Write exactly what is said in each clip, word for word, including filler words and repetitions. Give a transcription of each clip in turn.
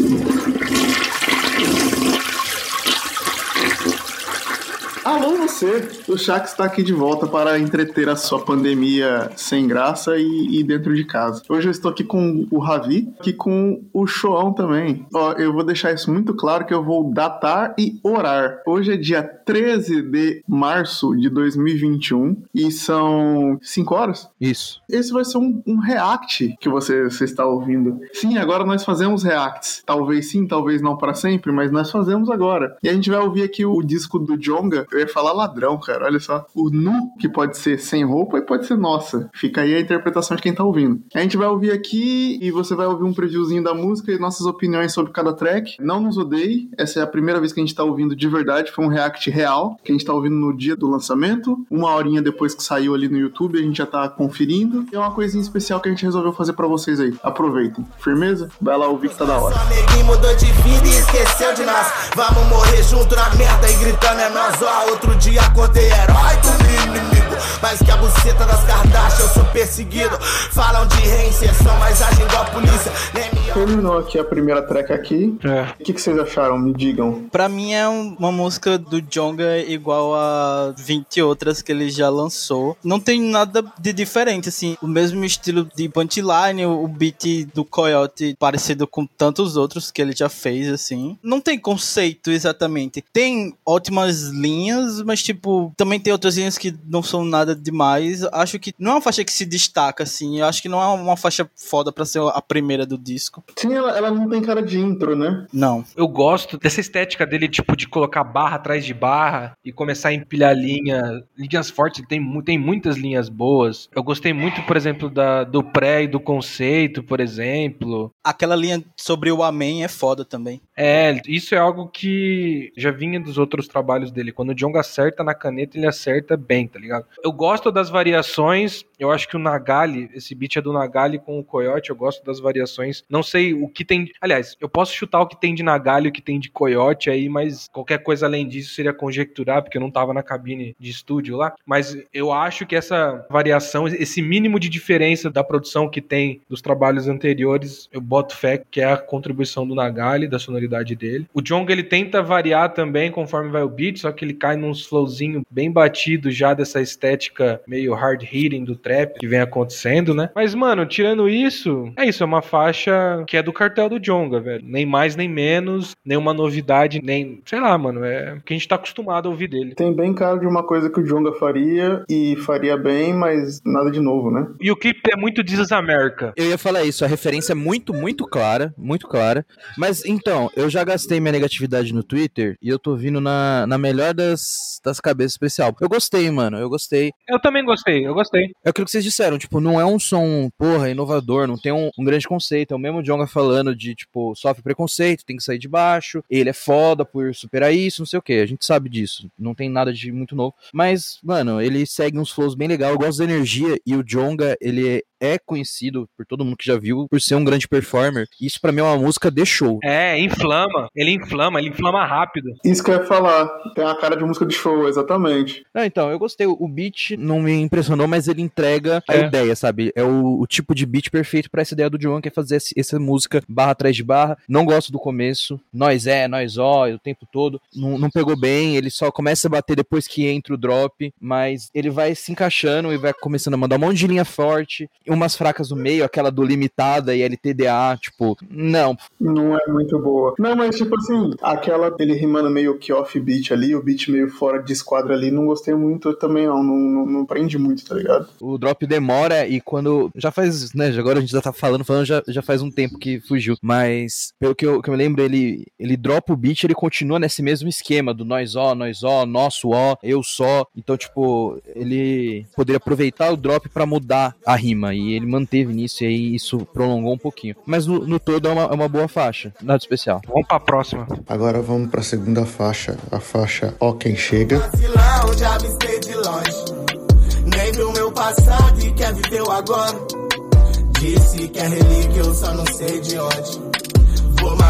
Alô você, o Shax está aqui de volta para entreter a sua pandemia sem graça e, e dentro de casa. Hoje eu estou aqui com o Ravi, aqui com o Shoão também. Ó, eu vou deixar isso muito claro que eu vou datar e orar. Hoje é dia treze de março de dois mil e vinte e um e são cinco horas? Isso. Esse vai ser um, um react que você, você está ouvindo. Sim, agora nós fazemos reacts. Talvez sim, talvez não para sempre, mas nós fazemos agora. E a gente vai ouvir aqui o disco do Djonga. Eu ia falar ladrão, cara, olha só. O nu, que pode ser sem roupa e pode ser nossa. Fica aí a interpretação de quem tá ouvindo. A gente vai ouvir aqui e você vai ouvir um previewzinho da música e nossas opiniões sobre cada track. Não nos odeie, essa é a primeira vez que a gente tá ouvindo de verdade, foi um react real, que a gente tá ouvindo no dia do lançamento. Uma horinha depois que saiu ali no YouTube, a gente já tá conferindo. E é uma coisinha especial que a gente resolveu fazer pra vocês aí. Aproveitem. Firmeza? Vai lá ouvir que tá da hora. Seu amiguinho mudou de vida e esqueceu de nós. Vamos morrer junto na merda e gritando é nós, ó. Outro dia acordei herói do inimigo, mas que a buceta das Kardashian eu sou perseguido. Falam de reinserção, mas agem igual a polícia. Terminou aqui a primeira track aqui. É. O que, que vocês acharam? Me digam. Pra mim é um, uma música do Djonga igual a vinte outras que ele já lançou. Não tem nada de diferente, assim. O mesmo estilo de punchline, o beat do Coyote parecido com tantos outros que ele já fez, assim. Não tem conceito exatamente. Tem ótimas linhas, mas tipo, também tem outras linhas que não são nada demais. Acho que não é uma faixa que se destaca, assim. Eu acho que não é uma faixa foda pra ser a primeira do disco. Sim, ela, ela não tem cara de intro, né? Não. Eu gosto dessa estética dele, tipo, de colocar barra atrás de barra e começar a empilhar linha, linhas fortes. Tem, tem muitas linhas boas. Eu gostei muito, por exemplo, da, do pré e do conceito, por exemplo. Aquela linha sobre o amém é foda também. É, isso é algo que já vinha dos outros trabalhos dele. Quando o Djonga acerta na caneta, ele acerta bem, tá ligado? Eu gosto das variações. Eu acho que o Nagali, esse beat é do Nagali com o Coyote, eu gosto das variações. Não sei o que tem... Aliás, eu posso chutar o que tem de Nagali e o que tem de Coyote aí, mas qualquer coisa além disso seria conjecturar, porque eu não tava na cabine de estúdio lá. Mas eu acho que essa variação, esse mínimo de diferença da produção que tem dos trabalhos anteriores, eu boto fé que é a contribuição do Nagali, da sonoridade dele. O Djonga, ele tenta variar também conforme vai o beat, só que ele cai nos flowzinho bem batido já dessa estética meio hard hitting do trap que vem acontecendo, né? Mas, mano, tirando isso, é isso, é uma faixa que é do cartel do Djonga, velho. Nem mais, nem menos, nenhuma novidade, nem... Sei lá, mano, é o que a gente tá acostumado a ouvir dele. Tem bem cara de uma coisa que o Djonga faria e faria bem, mas nada de novo, né? E o clipe é muito This is America. Eu ia falar isso, a referência é muito, muito clara, muito clara. Mas, então, eu já gastei minha negatividade no Twitter e eu tô vindo na, na melhor das, das cabeças especial. Eu gostei, mano, eu gostei. Eu também gostei, eu gostei. É aquilo que vocês disseram, tipo, não é um som, porra, inovador, não tem um, um grande conceito. É o mesmo Djonga falando de, tipo, sofre preconceito, tem que sair de baixo, ele é foda por superar isso, não sei o que. A gente sabe disso, não tem nada de muito novo. Mas, mano, ele segue uns flows bem legais. Eu gosto da energia e o Djonga, ele é é conhecido por todo mundo que já viu por ser um grande performer. Isso pra mim é uma música de show. É, inflama. Ele inflama, ele inflama rápido. Isso que eu ia falar. Tem a cara de música de show, exatamente. Não, então, eu gostei. O beat não me impressionou, mas ele entrega a é. ideia, sabe? É o, o tipo de beat perfeito pra essa ideia do Djonga, que é fazer esse, essa música barra atrás de barra. Não gosto do começo. Nós é, nós ó, o tempo todo. Não, não pegou bem. Ele só começa a bater depois que entra o drop, mas ele vai se encaixando e vai começando a mandar um monte de linha forte. Umas fracas no meio, aquela do Limitada e L T D A, tipo, não. Não é muito boa. Não, mas tipo assim, aquela dele rimando meio que off-beat ali, o beat meio fora de esquadra ali, não gostei muito também não, não, não, não prende muito, tá ligado? O drop demora e quando, já faz, né, agora a gente já tá falando, falando já, já faz um tempo que fugiu, mas pelo que eu, que eu me lembro, ele, ele dropa o beat, ele continua nesse mesmo esquema do nós ó, nós ó, nosso ó, eu só, então tipo, ele poderia aproveitar o drop pra mudar a rima e ele manteve nisso e aí isso prolongou um pouquinho. Mas no, no todo é uma, é uma boa faixa, nada especial. Vamos pra próxima. Agora vamos pra segunda faixa, a faixa Ó Quem Chega. Vacilão, já me sei de longe. Nem viu meu passado e quer viver o agora. Disse que é relíquia, eu só não sei de onde. Vou matar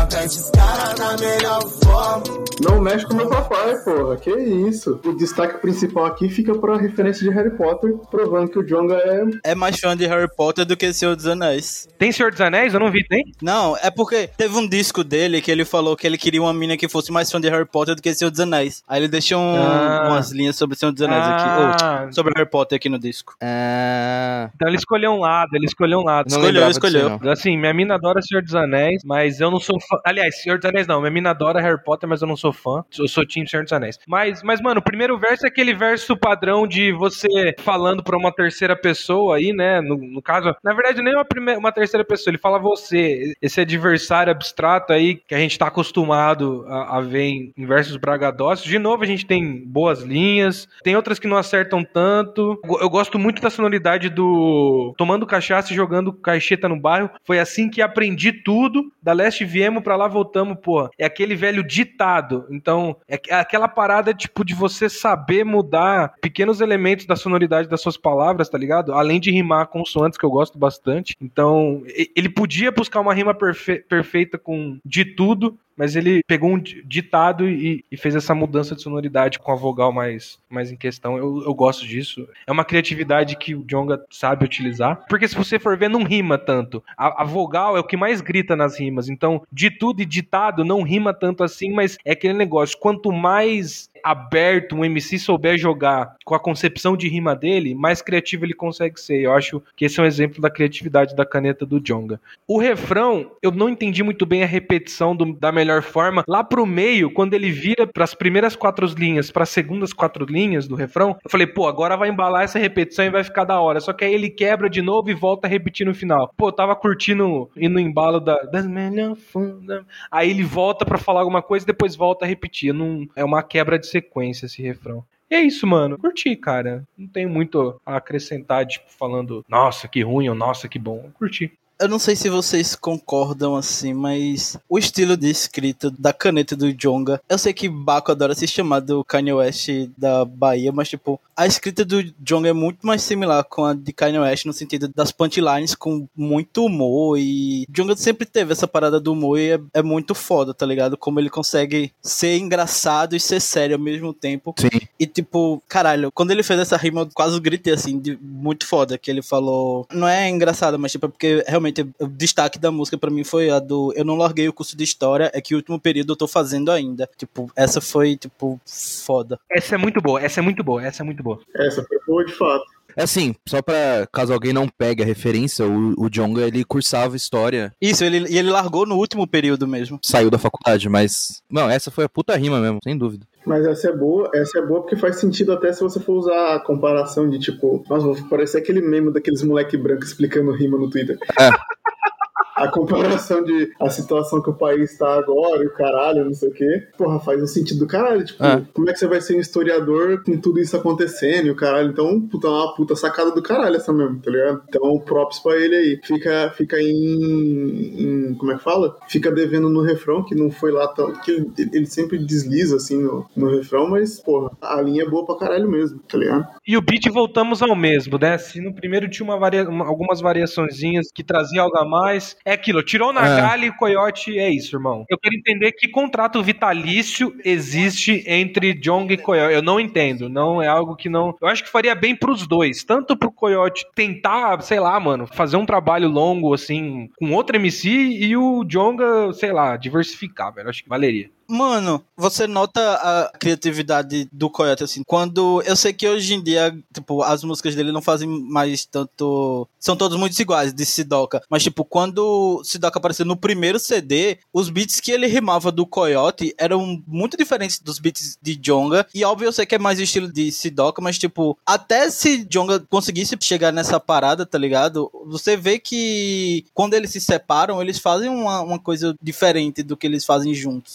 troca de cara na melhor forma. Não mexe com meu papai, porra, que isso. O destaque principal aqui fica pra referência de Harry Potter, provando que o Djonga é... É mais fã de Harry Potter do que Senhor dos Anéis. Tem Senhor dos Anéis? Eu não vi, tem? Não, é porque teve um disco dele que ele falou que ele queria uma mina que fosse mais fã de Harry Potter do que Senhor dos Anéis. Aí ele deixou um, ah. umas linhas sobre Senhor dos Anéis ah. aqui, ou sobre Harry Potter aqui no disco. Ah... Então ele escolheu um lado, ele escolheu um lado. Não escolheu, escolheu. Disso, assim, minha mina adora Senhor dos Anéis, mas eu não sou fã. Aliás, Senhor dos Anéis não, minha mina adora Harry Potter, mas eu não sou fã. Eu sou time Senhor dos Anéis. Mas, mas, mano, o primeiro verso é aquele verso padrão de você falando pra uma terceira pessoa aí, né? No, no caso, na verdade, nem uma, primeira, uma terceira pessoa, ele fala você, esse adversário abstrato aí que a gente tá acostumado a, a ver em, em versos bragadócios. De novo, a gente tem boas linhas, tem outras que não acertam tanto. Eu, eu gosto muito da sonoridade do tomando cachaça e jogando caixeta no bairro. Foi assim que aprendi tudo. Da leste viemos, pra lá voltamos, porra. É aquele velho ditado. Então, é aquela parada, tipo, de você saber mudar pequenos elementos da sonoridade das suas palavras, tá ligado? Além de rimar consoantes, que eu gosto bastante. Então, ele podia buscar uma rima perfe- perfeita com de tudo, mas ele pegou um ditado e, e fez essa mudança de sonoridade com a vogal mais, mais em questão. Eu, eu gosto disso. É uma criatividade que o Djonga sabe utilizar. Porque se você for ver, não rima tanto. A, a vogal é o que mais grita nas rimas. Então, de tudo e ditado não rima tanto assim, mas é aquele negócio. Quanto mais aberto um M C souber jogar com a concepção de rima dele, mais criativo ele consegue ser. Eu acho que esse é um exemplo da criatividade da caneta do Djonga. O refrão, eu não entendi muito bem a repetição do, da melhor forma. Lá pro meio, quando ele vira pras primeiras quatro linhas, pras segundas quatro linhas do refrão, eu falei, pô, agora vai embalar essa repetição e vai ficar da hora. Só que aí ele quebra de novo e volta a repetir no final. Pô, eu tava curtindo e no embalo da, da melhor forma. Aí ele volta pra falar alguma coisa e depois volta a repetir. Não, é uma quebra de sequência esse refrão. E é isso, mano. Curti, cara. Não tenho muito a acrescentar, tipo, falando nossa, que ruim ou nossa, que bom. Curti. Eu não sei se vocês concordam assim, mas o estilo de escrita da caneta do Djonga, eu sei que Baco adora se chamar do Kanye West da Bahia, mas tipo, a escrita do Djonga é muito mais similar com a de Kanye West no sentido das punchlines com muito humor, e Djonga sempre teve essa parada do humor e é, é muito foda, tá ligado? Como ele consegue ser engraçado e ser sério ao mesmo tempo. Sim. E tipo, caralho, quando ele fez essa rima eu quase gritei assim, de, muito foda, que ele falou, não é engraçado, mas tipo, é porque realmente o destaque da música pra mim foi a do eu não larguei o curso de história, é que o último período eu tô fazendo ainda. Tipo, essa foi, tipo, foda. Essa é muito boa, essa é muito boa, essa é muito boa. Essa foi boa de fato. É assim, só pra caso alguém não pegue a referência, o, o Djonga, ele cursava história. Isso, ele, e ele largou no último período mesmo. Saiu da faculdade, mas... Não, essa foi a puta rima mesmo, sem dúvida. Mas essa é boa, essa é boa porque faz sentido até se você for usar a comparação de tipo... Nossa, vou parecer aquele meme daqueles moleque branco explicando rima no Twitter. É. A comparação de a situação que o país tá agora e o caralho, não sei o quê. Porra, faz um sentido do caralho. Tipo, é. Como é que você vai ser um historiador com tudo isso acontecendo e o caralho? Então, puta, é uma puta sacada do caralho essa mesmo, tá ligado? Então, props pra ele aí. Fica, fica em, em... Como é que fala? Fica devendo no refrão, que não foi lá tão... Que ele, ele sempre desliza, assim, no, no refrão, mas, porra, a linha é boa pra caralho mesmo, tá ligado? E o beat voltamos ao mesmo, né? Se no primeiro tinha uma varia... algumas variaçõezinhas que trazia algo a mais... É aquilo, tirou na é. galha e Coyote, é isso, irmão. Eu quero entender que contrato vitalício existe entre Djonga e Coyote. Eu não entendo, não é algo que não... Eu acho que faria bem pros dois, tanto pro Coyote tentar, sei lá, mano, fazer um trabalho longo, assim, com outro M C e o Djonga, sei lá, diversificar, velho. Eu acho que valeria. Mano, você nota a criatividade do Coyote, assim, quando... Eu sei que hoje em dia, tipo, as músicas dele não fazem mais tanto... São todos muito iguais, de Sidoca. Mas, tipo, quando Sidoca apareceu no primeiro C D, os beats que ele rimava do Coyote eram muito diferentes dos beats de Djonga. E, óbvio, eu sei que é mais estilo de Sidoca, mas, tipo, até se Djonga conseguisse chegar nessa parada, tá ligado? Você vê que quando eles se separam, eles fazem uma, uma coisa diferente do que eles fazem juntos. Sim, mano.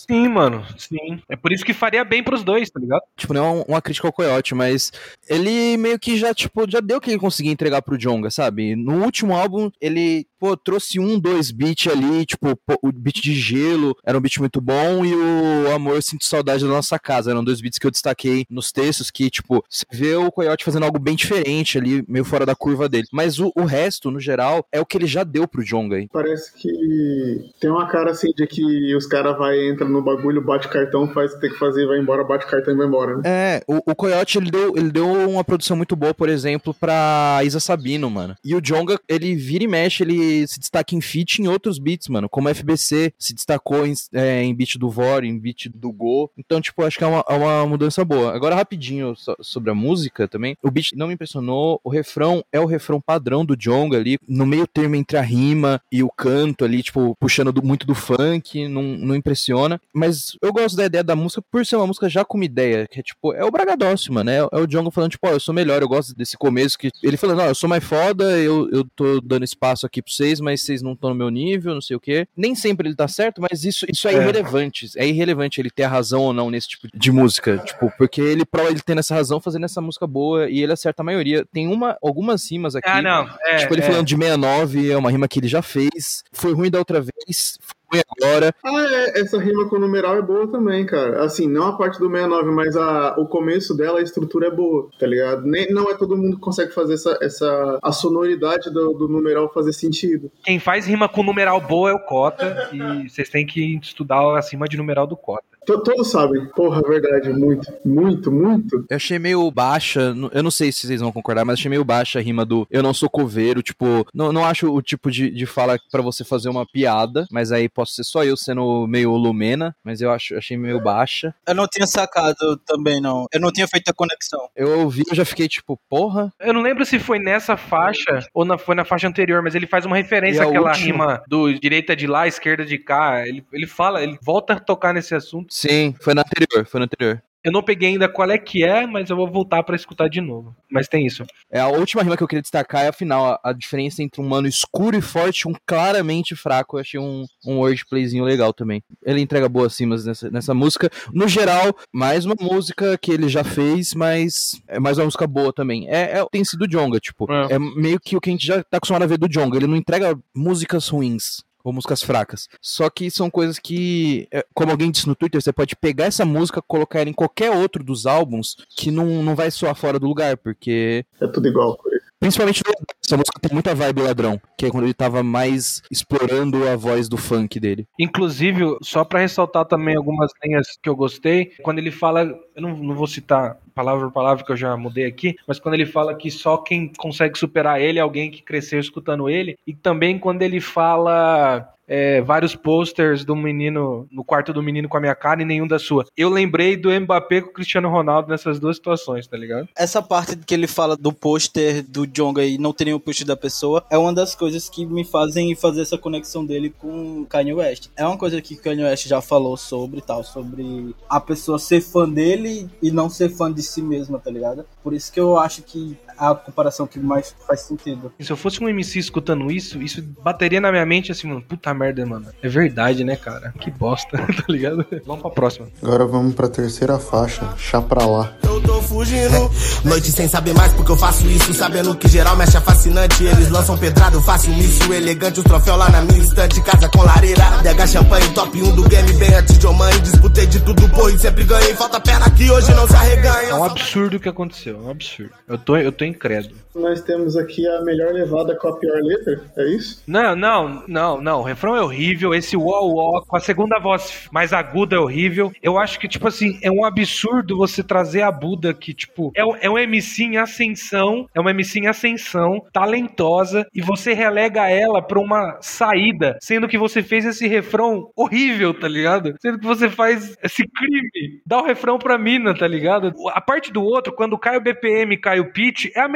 mano. Sim. É por isso que faria bem pros dois, tá ligado? Tipo, não é uma crítica ao Coyote, mas ele meio que já, tipo, já deu o que ele conseguia entregar pro Djonga, sabe? No último álbum, ele, pô, trouxe um, dois beats ali, tipo, pô, o beat de Gelo era um beat muito bom e o Amor, Sinto Saudade da Nossa Casa, eram dois beats que eu destaquei nos textos que, tipo, você vê o Coyote fazendo algo bem diferente ali, meio fora da curva dele. Mas o, o resto, no geral, é o que ele já deu pro Djonga aí. Parece que tem uma cara assim de que os caras vai, entra no bagulho, bate cartão, faz o que tem que fazer, vai embora, bate cartão e vai embora, né? É, o, o Coyote, ele deu, ele deu uma produção muito boa, por exemplo, pra Isa Sabino, mano. E o Djonga, ele vira e mexe, ele se destaca em feat em outros beats, mano, como F B C se destacou em, é, em beat do Vor, em beat do Go. Então, tipo, acho que é uma, é uma mudança boa. Agora, rapidinho, so, sobre a música também, o beat não me impressionou, o refrão é o refrão padrão do Djonga ali, no meio termo entre a rima e o canto ali, tipo, puxando do, muito do funk, não, não impressiona. Mas eu gosto da ideia da música por ser uma música já com uma ideia, que é tipo, é o bragadócio, mano, é, é o Djonga falando, tipo, ó, oh, eu sou melhor, eu gosto desse começo, que ele falando, não, eu sou mais foda, eu, eu tô dando espaço aqui pra vocês, mas vocês não estão no meu nível, não sei o quê. Nem sempre ele tá certo, mas isso, isso é, é irrelevante, é irrelevante ele ter a razão ou não nesse tipo de música, tipo, porque ele, prova ele tendo essa razão, fazendo essa música boa, e ele acerta a maioria. Tem uma, algumas rimas aqui, ah, não. É, tipo, ele é. falando de sessenta e nove, é uma rima que ele já fez, foi ruim da outra vez, foi agora. Ah, é, essa rima com o numeral é boa também, cara. Assim, não a parte do sessenta e nove, mas a, o começo dela, a estrutura é boa, tá ligado? Nem, não é todo mundo que consegue fazer essa, essa a sonoridade do, do numeral fazer sentido. Quem faz rima com numeral boa é o Cota, e vocês têm que estudar acima de numeral do Cota. Todos sabem. Porra, verdade. Muito, muito, muito. Eu achei meio baixa, eu não sei se vocês vão concordar, mas achei meio baixa a rima do eu não sou coveiro, tipo, não, não acho o tipo de, de fala pra você fazer uma piada, mas aí posso ser só eu sendo meio Lumena, mas eu acho, achei meio baixa. Eu não tinha sacado também, não. Eu não tinha feito a conexão. Eu ouvi, eu já fiquei tipo, porra. Eu não lembro se foi nessa faixa ou na, foi na faixa anterior, mas ele faz uma referência àquela última rima do direita de lá, esquerda de cá. Ele, ele fala, ele volta a tocar nesse assunto. Sim, foi na anterior, foi na anterior. Eu não peguei ainda qual é que é, mas eu vou voltar pra escutar de novo. Mas tem isso. É, a última rima que eu queria destacar é a final. A, a diferença entre um mano escuro e forte e um claramente fraco. Eu achei um, um wordplayzinho legal também. Ele entrega boas rimas nessa, nessa música. No geral, mais uma música que ele já fez, mas é mais uma música boa também. É, é, tem sido Djonga, tipo. É. é meio que o que a gente já tá acostumado a ver do Djonga. Ele não entrega músicas ruins ou músicas fracas. Só que são coisas que, como alguém disse no Twitter, você pode pegar essa música, colocar ela em qualquer outro dos álbuns que não, não vai soar fora do lugar, porque... é tudo igual, por isso. Principalmente essa música tem muita vibe Ladrão, que é quando ele tava mais explorando a voz do funk dele. Inclusive, só pra ressaltar também algumas linhas que eu gostei, quando ele fala, eu não, não vou citar palavra por palavra que eu já mudei aqui, mas quando ele fala que só quem consegue superar ele é alguém que cresceu escutando ele, e também quando ele fala... É, vários posters do menino no quarto do menino com a minha cara e nenhum da sua. Eu lembrei do Mbappé com o Cristiano Ronaldo nessas duas situações, tá ligado? Essa parte que ele fala do pôster do Djonga e não ter nenhum pôster da pessoa é uma das coisas que me fazem fazer essa conexão dele com Kanye West. É uma coisa que Kanye West já falou sobre tal, sobre a pessoa ser fã dele e não ser fã de si mesma, tá ligado? Por isso que eu acho que é a comparação que mais faz sentido. Se eu fosse um M C escutando isso, isso bateria na minha mente assim, mano, puta merda, mano. É verdade, né, cara? Que bosta, tá ligado? Vamos pra próxima. Agora vamos pra terceira faixa, Chá Pra Lá. Eu tô fugindo, noite sem saber mais porque eu faço isso, sabendo que geral me acha fascinante. Eles lançam pedrado, eu faço um míssil elegante, o troféu lá na minha estante, casa com lareira. Dega champanhe, top um do game, bem antes de Omani. Disputei de tudo, pô, e sempre ganhei. Falta perna que hoje não se arreganha. É um absurdo o que aconteceu, é um absurdo. Eu tô, eu tô incrédulo. Nós temos aqui a melhor levada com a pior letra, é isso? Não, não, não, não. O refrão é horrível, esse uó uó com a segunda voz mais aguda é horrível. Eu acho que, tipo assim, é um absurdo você trazer a Buda que, tipo, é um, é um M C em ascensão, é uma M C em ascensão, talentosa, e você relega ela pra uma saída, sendo que você fez esse refrão horrível, tá ligado? Sendo que você faz esse crime. Dá o refrão pra mina, tá ligado? A parte do outro, quando cai o B P M, cai o pitch, é a melhor Nossa, parte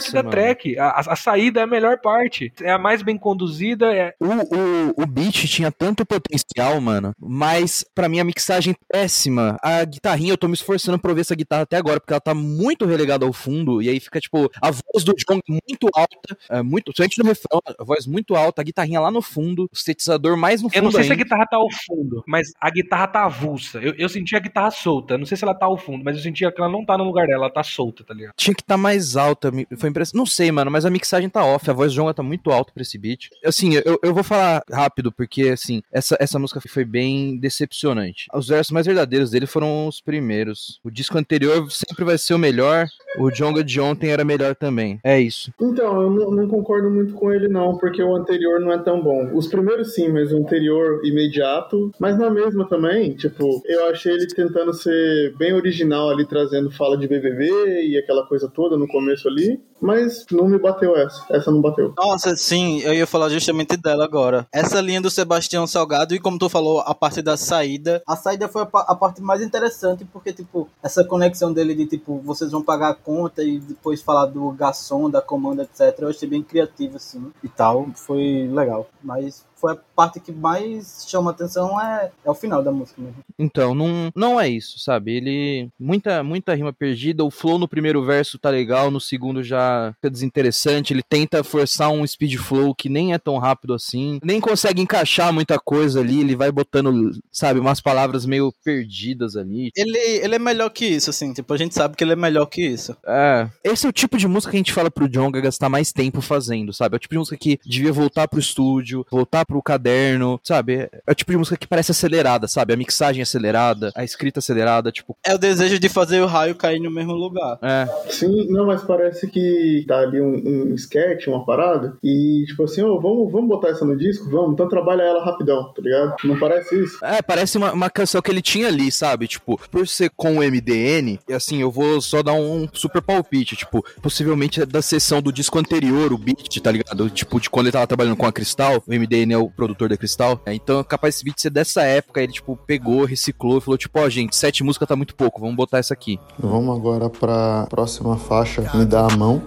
parte da mano. track. A, a saída é a melhor parte. É a mais bem conduzida. É... O, o, o beat tinha tanto potencial, mano, mas pra mim a mixagem péssima. A guitarrinha, eu tô me esforçando pra ouvir essa guitarra até agora, porque ela tá muito relegada ao fundo, e aí fica, tipo, a voz do John muito alta, é, muito, somente no refrão, a voz muito alta, a guitarrinha lá no fundo, o sintetizador mais no fundo. Eu não sei ainda. se a guitarra tá ao fundo, mas a guitarra tá avulsa. Eu, eu senti a guitarra solta. Eu não sei se ela tá ao fundo, mas eu senti que ela não tá no lugar dela, ela tá solta, tá ligado? Tinha que estar tá mais alta, foi impressionante. Não sei, mano, mas a mixagem tá off, a voz do John tá muito alta pra esse beat. Assim, eu, eu vou falar rápido, porque, assim, essa, essa música foi bem decepcionante. Os versos mais verdadeiros dele foram os primeiros. O disco anterior sempre vai ser o melhor, o Djonga de ontem era melhor também. É isso. Então, eu não, não concordo muito com ele não, porque o anterior não é tão bom. Os primeiros sim, mas o anterior imediato. Mas na mesma também, tipo, eu achei ele tentando ser bem original ali, trazendo fala de B B B e aquela coisa toda no começo ali. Mas não me bateu essa. Essa não bateu. Nossa, sim, eu ia falar justamente dela agora. Essa linha do Sebastião Salgado, e como tu falou, a parte da saída. A saída foi a, pa- a parte mais interessante, porque, tipo, essa conexão dele de, tipo, vocês vão pagar a conta e depois falar do garçom, da comanda, etcétera. Eu achei bem criativo, assim, e tal. Foi legal. Mas foi a parte que mais chama atenção é, é o final da música mesmo. Então, não, não é isso, sabe? Ele... Muita, muita rima perdida, o flow no primeiro verso tá legal, no segundo já fica desinteressante, ele tenta forçar um speed flow que nem é tão rápido assim, nem consegue encaixar muita coisa ali, ele vai botando, sabe, umas palavras meio perdidas ali. Ele, ele é melhor que isso, assim, tipo, a gente sabe que ele é melhor que isso. É, esse é o tipo de música que a gente fala pro Djonga gastar mais tempo fazendo, sabe? É o tipo de música que devia voltar pro estúdio, voltar pro caderno, sabe? É o tipo de música que parece acelerada, sabe? A mixagem acelerada, a escrita acelerada, tipo... É o desejo de fazer o raio cair no mesmo lugar. É. Sim, não, mas parece que tá ali um, um sketch, uma parada, e tipo assim, ó, vamos, vamos botar essa no disco? Vamos, então trabalha ela rapidão, tá ligado? Não parece isso? É, parece uma, uma canção que ele tinha ali, sabe? Tipo, por ser com o M D N, assim, eu vou só dar um super palpite, tipo, possivelmente é da sessão do disco anterior, o beat, tá ligado? Tipo, de quando ele tava trabalhando com a Cristal, o M D N é o produtor da Cristal, é, então é capaz esse beat ser dessa época, ele, tipo, pegou, reciclou e falou, tipo, ó, oh, gente, sete músicas tá muito pouco, vamos botar essa aqui. Vamos agora pra próxima faixa, Me Dá a Mão.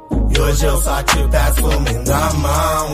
E hoje eu só te peço, me dá a mão.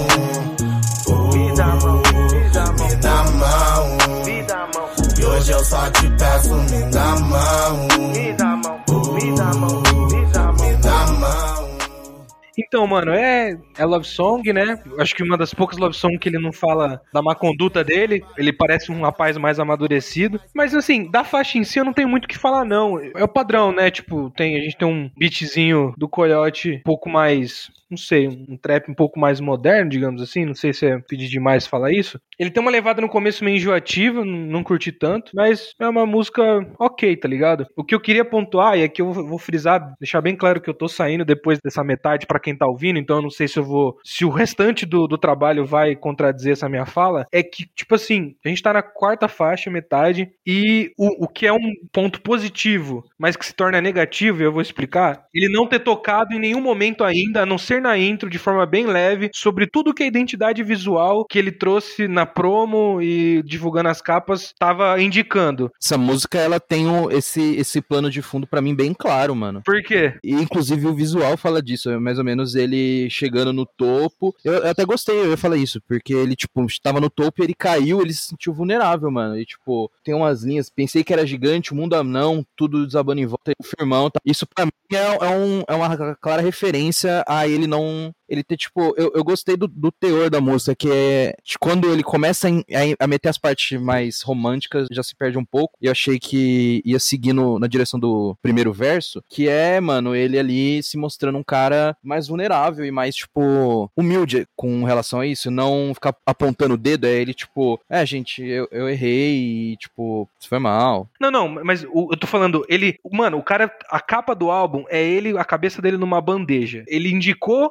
Uh, me dá a mão, me dá a mão, me dá a mão. Me dá a mão. E hoje eu só te peço, me dá a mão. Me dá a mão, me dá a mão, me dá a mão, me dá a mão. Então, mano, é, é love song, né? Acho que uma das poucas love song que ele não fala da má conduta dele. Ele parece um rapaz mais amadurecido. Mas, assim, da faixa em si eu não tenho muito o que falar, não. É o padrão, né? Tipo, tem, a gente tem um beatzinho do Coyote um pouco mais... Não sei, um trap um pouco mais moderno, digamos assim. Não sei se é pedir demais falar isso. Ele tem uma levada no começo meio enjoativa, não, não curti tanto. Mas é uma música ok, tá ligado? O que eu queria pontuar, e aqui eu vou, vou frisar, deixar bem claro que eu tô saindo depois dessa metade pra quem tá ouvindo, então eu não sei se eu vou... Se o restante do, do trabalho vai contradizer essa minha fala, é que, tipo assim, a gente tá na quarta faixa, metade, e o, o que é um ponto positivo, mas que se torna negativo, e eu vou explicar, ele não ter tocado em nenhum momento ainda, a não ser na intro, de forma bem leve, sobre tudo que a identidade visual que ele trouxe na promo e divulgando as capas tava indicando. Essa música, ela tem um, esse, esse plano de fundo pra mim bem claro, mano. Por quê? E inclusive o visual fala disso, é mais ou menos ele chegando no topo. Eu, eu até gostei, eu ia falar isso, porque ele, tipo, estava no topo e ele caiu, ele se sentiu vulnerável, mano. E, tipo, tem umas linhas, pensei que era gigante, o mundo não, tudo desabando em volta, o firmão, tá? Isso pra mim é, é, um, é uma clara referência a ele não... Ele ter, tipo, eu, eu gostei do, do teor da música, que é de quando ele começa a, a meter as partes mais românticas, já se perde um pouco, e eu achei que ia seguir no, na direção do primeiro verso, que é, mano, ele ali se mostrando um cara mais vulnerável e mais, tipo, humilde com relação a isso, não ficar apontando o dedo, é ele, tipo, é, gente, eu, eu errei e, tipo, isso foi mal. Não, não, mas o, eu tô falando, ele, mano, o cara, a capa do álbum é ele, a cabeça dele numa bandeja. Ele indicou muito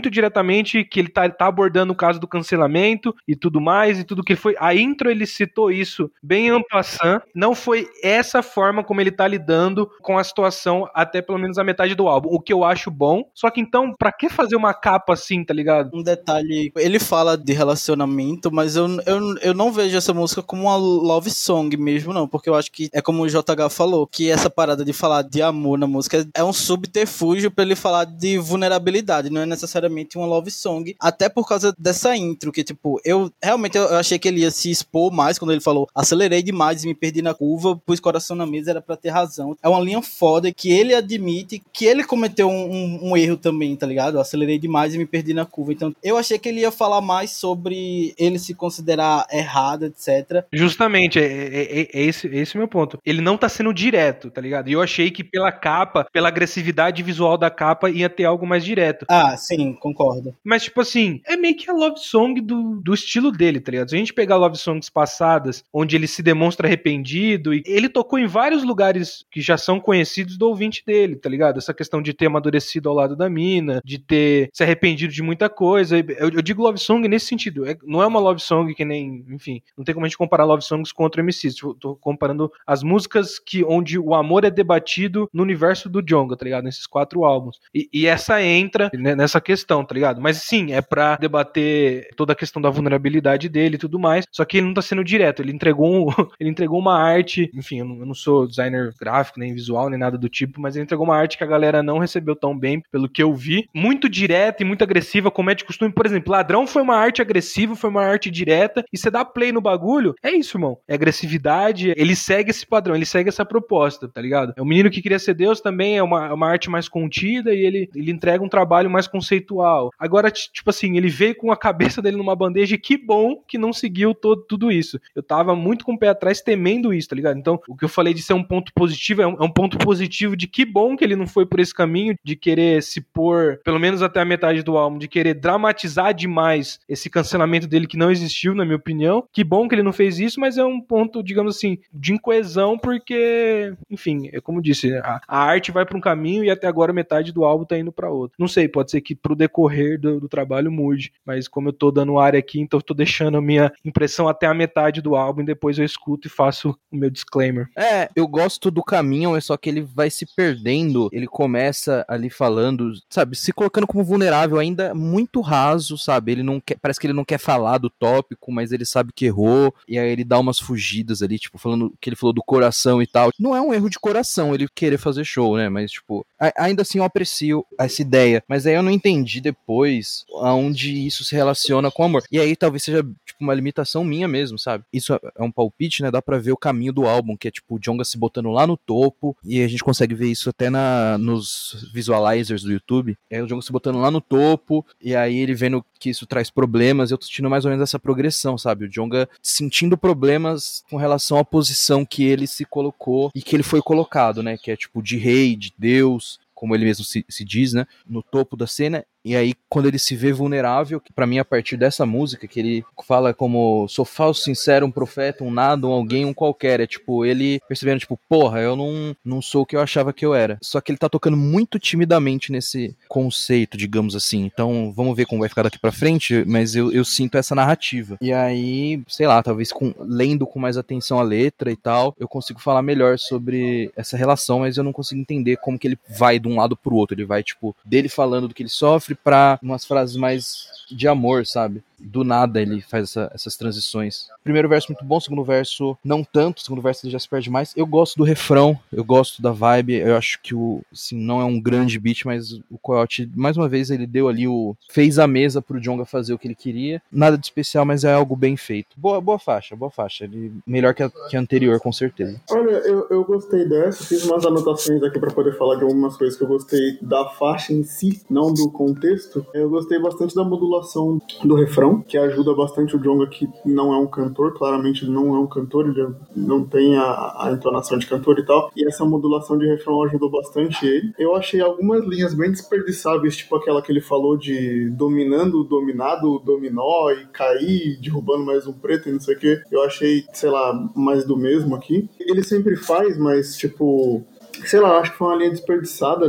muito diretamente que ele tá, tá abordando o caso do cancelamento e tudo mais, e tudo que foi. A intro ele citou isso bem en passant. Não foi essa forma como ele tá lidando com a situação até pelo menos a metade do álbum, o que eu acho bom. Só que então, pra que fazer uma capa assim, tá ligado? Um detalhe, ele fala de relacionamento, mas eu, eu, eu não vejo essa música como uma love song mesmo, não, porque eu acho que é como o J H falou, que essa parada de falar de amor na música é um subterfúgio pra ele falar de vulnerabilidade, não é necessariamente uma love song, até por causa dessa intro, que tipo, eu realmente eu, eu achei que ele ia se expor mais quando ele falou, acelerei demais e me perdi na curva, pus coração na mesa, era pra ter razão. É uma linha foda que ele admite que ele cometeu um, um, um erro também, tá ligado? Eu acelerei demais e me perdi na curva. Então, eu achei que ele ia falar mais sobre ele se considerar errado, etcétera. Justamente, é, é, é, é esse, é esse o meu ponto. Ele não tá sendo direto, tá ligado? E eu achei que pela capa, pela agressividade visual da capa, ia ter algo mais direto. Ah, sim, concordo. Mas, tipo assim, é meio que a love song do, do estilo dele, tá ligado? Se a gente pegar love songs passadas, onde ele se demonstra arrependido, e ele tocou em vários lugares que já são conhecidos do ouvinte dele, tá ligado? Essa questão de ter amadurecido ao lado da mina, de ter se arrependido de muita coisa. Eu, eu digo love song nesse sentido. É, não é uma love song que nem, enfim, não tem como a gente comparar love songs com outro M C. Tipo, tô comparando as músicas que, onde o amor é debatido no universo do Djonga, tá ligado? Nesses quatro álbuns. E, e essa entra nessa questão, tá ligado? Mas sim, é pra debater toda a questão da vulnerabilidade dele e tudo mais, só que ele não tá sendo direto. Ele entregou, um, ele entregou uma arte, enfim, eu não, eu não sou designer gráfico, nem visual, nem nada do tipo, mas ele entregou uma arte que a galera não recebeu tão bem, pelo que eu vi. Muito direta e muito agressiva, como é de costume. Por exemplo, Ladrão foi uma arte agressiva, foi uma arte direta, e você dá play no bagulho, é isso, irmão. É agressividade, ele segue esse padrão, ele segue essa proposta, tá ligado? É o Menino que Queria Ser Deus também, é uma, uma arte mais contida, e ele, ele entrega um trabalho mais conceitual. Agora, tipo assim, ele veio com a cabeça dele numa bandeja, e que bom que não seguiu todo, tudo isso. Eu tava muito com o pé atrás temendo isso, tá ligado? Então, o que eu falei de ser um ponto positivo, é um, é um ponto positivo de que bom que ele não foi por esse caminho, de querer se pôr, pelo menos até a metade do álbum, de querer dramatizar demais esse cancelamento dele que não existiu, na minha opinião. Que bom que ele não fez isso, mas é um ponto, digamos assim, de incoesão, porque, enfim, é como eu disse, a, a arte vai pra um caminho e até agora metade do álbum tá indo pra outro. Não sei, pode ser que pro decorrer do, do trabalho mude, mas como eu tô dando área aqui, então eu tô deixando a minha impressão até a metade do álbum e depois eu escuto e faço o meu disclaimer. É, eu gosto do caminho, é só que ele vai se perdendo, ele começa ali falando, sabe, se colocando como vulnerável, ainda muito raso, sabe, ele não quer, parece que ele não quer falar do tópico, mas ele sabe que errou, e aí ele dá umas fugidas ali, tipo, falando que ele falou do coração e tal. Não é um erro de coração ele querer fazer show, né, mas tipo, a, ainda assim eu aprecio essa ideia, mas aí eu não entendi depois aonde isso se relaciona com o amor, e aí talvez seja, tipo, uma limitação minha mesmo, sabe, isso é um palpite, né, dá pra ver o caminho do álbum, que é tipo o Djonga se botando lá no topo, e a gente consegue ver isso até na, nos visualizers do YouTube, e aí o Djonga se botando lá no topo, e aí ele vendo que isso traz problemas, eu tô sentindo mais ou menos essa progressão, sabe, o Djonga sentindo problemas com relação à posição que ele se colocou, e que ele foi colocado, né, que é tipo de rei, de Deus, como ele mesmo se, se diz, né, no topo da cena. E aí, quando ele se vê vulnerável, que pra mim, a partir dessa música, que ele fala como sou falso, sincero, um profeta, um nada, um alguém, um qualquer. É tipo, ele percebendo, tipo, porra, eu não, não sou o que eu achava que eu era. Só que ele tá tocando muito timidamente nesse conceito, digamos assim. Então, vamos ver como vai ficar daqui pra frente, mas eu, eu sinto essa narrativa. E aí, sei lá, talvez com, lendo com mais atenção a letra e tal, eu consigo falar melhor sobre essa relação, mas eu não consigo entender como que ele vai de um lado pro outro. Ele vai, tipo, dele falando do que ele sofre, pra umas frases mais de amor, sabe? Do nada ele faz essa, essas transições. Primeiro verso muito bom, segundo verso não tanto, segundo verso ele já se perde mais. Eu gosto do refrão, eu gosto da vibe, eu acho que o, assim, não é um grande beat, mas o Coyote, mais uma vez, ele deu ali o... fez a mesa pro Djonga fazer o que ele queria. Nada de especial, mas é algo bem feito. Boa, boa faixa, boa faixa. Ele, melhor que a, que a anterior, com certeza. Olha, eu, eu gostei dessa, fiz umas anotações aqui pra poder falar de algumas coisas que eu gostei da faixa em si, não do contexto. Eu gostei bastante da modulação do refrão, que ajuda bastante o Djonga, que não é um cantor, claramente ele não é um cantor, ele não tem a, a entonação de cantor e tal, e essa modulação de refrão ajudou bastante ele. Eu achei algumas linhas bem desperdiçáveis, tipo aquela que ele falou de dominando o dominado, o dominó, e cair, derrubando mais um preto e não sei o que. Eu achei, sei lá, mais do mesmo aqui. Ele sempre faz, mas tipo... sei lá, acho que foi uma linha desperdiçada ali.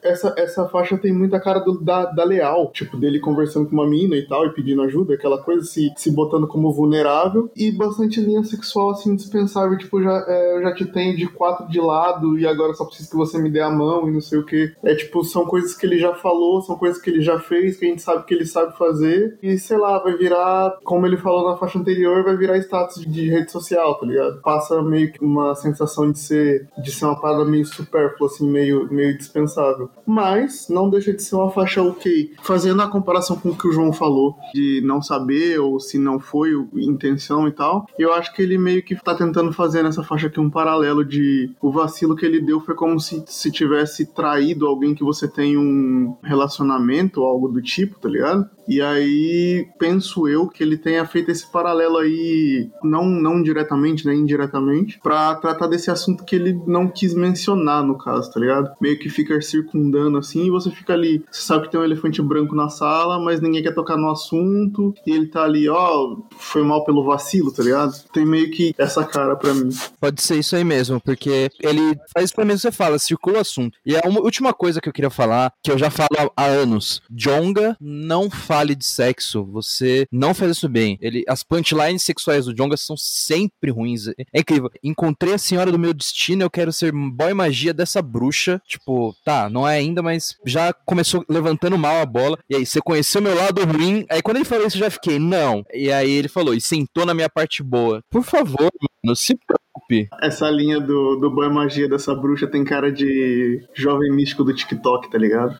essa, essa faixa tem muita cara do, da, da Leal, tipo, dele conversando com uma mina e tal, e pedindo ajuda, aquela coisa, se, se botando como vulnerável, e bastante linha sexual, assim, dispensável, tipo, já, é, eu já te tenho de quatro de lado, e agora só preciso que você me dê a mão, e não sei o que. É, tipo, são coisas que ele já falou, são coisas que ele já fez, que a gente sabe que ele sabe fazer, e, sei lá, vai virar, como ele falou na faixa anterior, vai virar status de rede social, tá ligado? Passa meio que uma sensação de ser, de ser uma parada meio supérflua, assim, meio, meio dispensável. Mas não deixa de ser uma faixa ok. Fazendo a comparação com o que o João falou, de não saber ou se não foi intenção e tal, eu acho que ele meio que tá tentando fazer nessa faixa aqui um paralelo de o vacilo que ele deu foi como se, se tivesse traído alguém que você tem um relacionamento ou algo do tipo, tá ligado? E aí, penso eu que ele tenha feito esse paralelo aí, não, não diretamente, né, indiretamente, pra tratar desse assunto que ele não quis mencionar, no caso, tá ligado? Meio que fica circundando assim, e você fica ali, você sabe que tem um elefante branco na sala, mas ninguém quer tocar no assunto, e ele tá ali, ó, foi mal pelo vacilo, tá ligado? Tem meio que essa cara pra mim. Pode ser isso aí mesmo, porque ele faz isso pra mim, você fala, circula o assunto. E a uma, última coisa que eu queria falar, que eu já falo há, há anos, Djonga não fale de sexo, você não faz isso bem. Ele, as punchlines sexuais do Djonga são sempre ruins. É incrível. Encontrei a senhora do meu destino, eu quero ser boy magia dessa bruxa. Tipo, tá, não é ainda, mas já começou levantando mal a bola. E aí, você conheceu meu lado ruim. Aí quando ele falou isso, eu já fiquei, não. E aí ele falou, e sentou na minha parte boa. Por favor, mano, se preocupe. Essa linha do, do boy magia dessa bruxa tem cara de jovem místico do TikTok, tá ligado?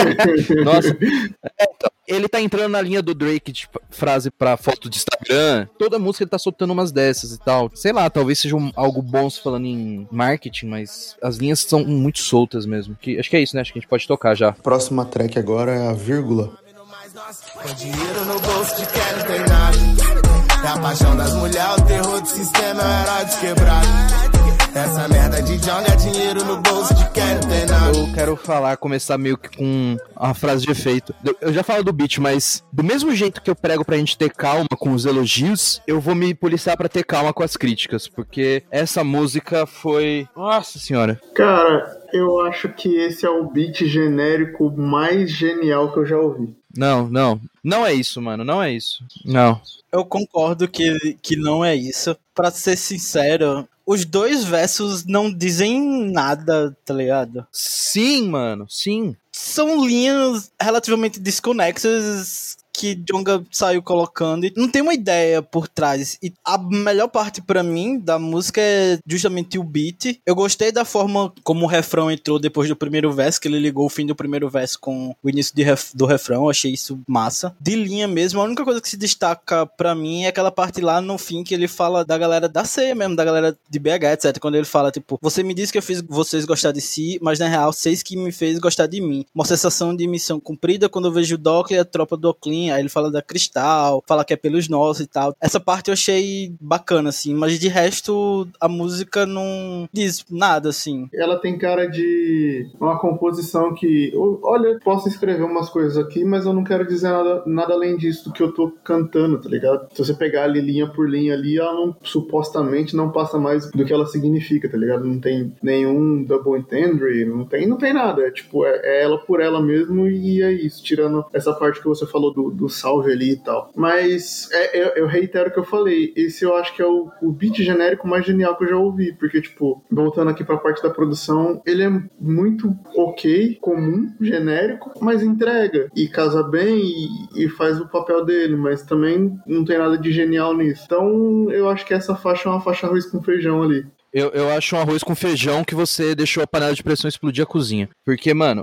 Nossa. É, então, ele tá entrando na linha do Drake, tipo, frase pra foto de Instagram. Toda música ele tá soltando umas dessas e tal. Sei lá, talvez seja um, algo bom se falando em marketing, mas as linhas são muito soltas mesmo. Que, acho que é isso, né? Acho que a gente pode tocar já. Próxima track agora é a Vírgula. Com dinheiro no bolso de quem não tem nada. É a paixão das mulheres, o terror do sistema, é o herói dos quebrados. Essa merda de Djonga é dinheiro no bolso de quem não tem nada. Eu quero falar, começar meio que com uma frase de efeito. Eu já falo do beat, mas do mesmo jeito que eu prego pra gente ter calma com os elogios, eu vou me policiar pra ter calma com as críticas, porque essa música foi... Nossa senhora. Cara, eu acho que esse é o beat genérico mais genial que eu já ouvi. Não, não. Não é isso, mano. Não é isso. Não. Eu concordo que, que não é isso. Pra ser sincero, os dois versos não dizem nada, tá ligado? Sim, mano. Sim. São linhas relativamente desconexas que Djonga saiu colocando e não tem uma ideia por trás. E a melhor parte pra mim da música é justamente o beat. Eu gostei da forma como o refrão entrou depois do primeiro verso, que ele ligou o fim do primeiro verso com o início de ref, do refrão. Eu achei isso massa. De linha mesmo, a única coisa que se destaca pra mim é aquela parte lá no fim que ele fala da galera da ceia mesmo, da galera de B H, etcétera. Quando ele fala, tipo, você me disse que eu fiz vocês gostar de si, mas na real, vocês que me fez gostar de mim. Uma sensação de missão cumprida quando eu vejo o Doc e a tropa do Oclean. Aí ele fala da Cristal, fala que é pelos nossos e tal. Essa parte eu achei bacana, assim, mas de resto a música não diz nada, assim. Ela tem cara de uma composição que, olha, posso escrever umas coisas aqui, mas eu não quero dizer nada, nada além disso do que eu tô cantando, tá ligado? Se você pegar ali linha por linha ali, ela não, supostamente não passa mais do que ela significa, tá ligado? Não tem nenhum double entendre, não tem, não tem nada. É tipo, é, é ela por ela mesmo e é isso, tirando essa parte que você falou do, do salve ali e tal. Mas é, eu, eu reitero o que eu falei, esse eu acho que é o, o beat genérico mais genial que eu já ouvi, porque, tipo, voltando aqui pra parte da produção, ele é muito ok, comum, genérico, mas entrega e casa bem e, e faz o papel dele, mas também não tem nada de genial nisso. Então eu acho que essa faixa é uma faixa arroz com feijão ali. Eu, eu acho um arroz com feijão que você deixou a panela de pressão explodir a cozinha. Porque, mano...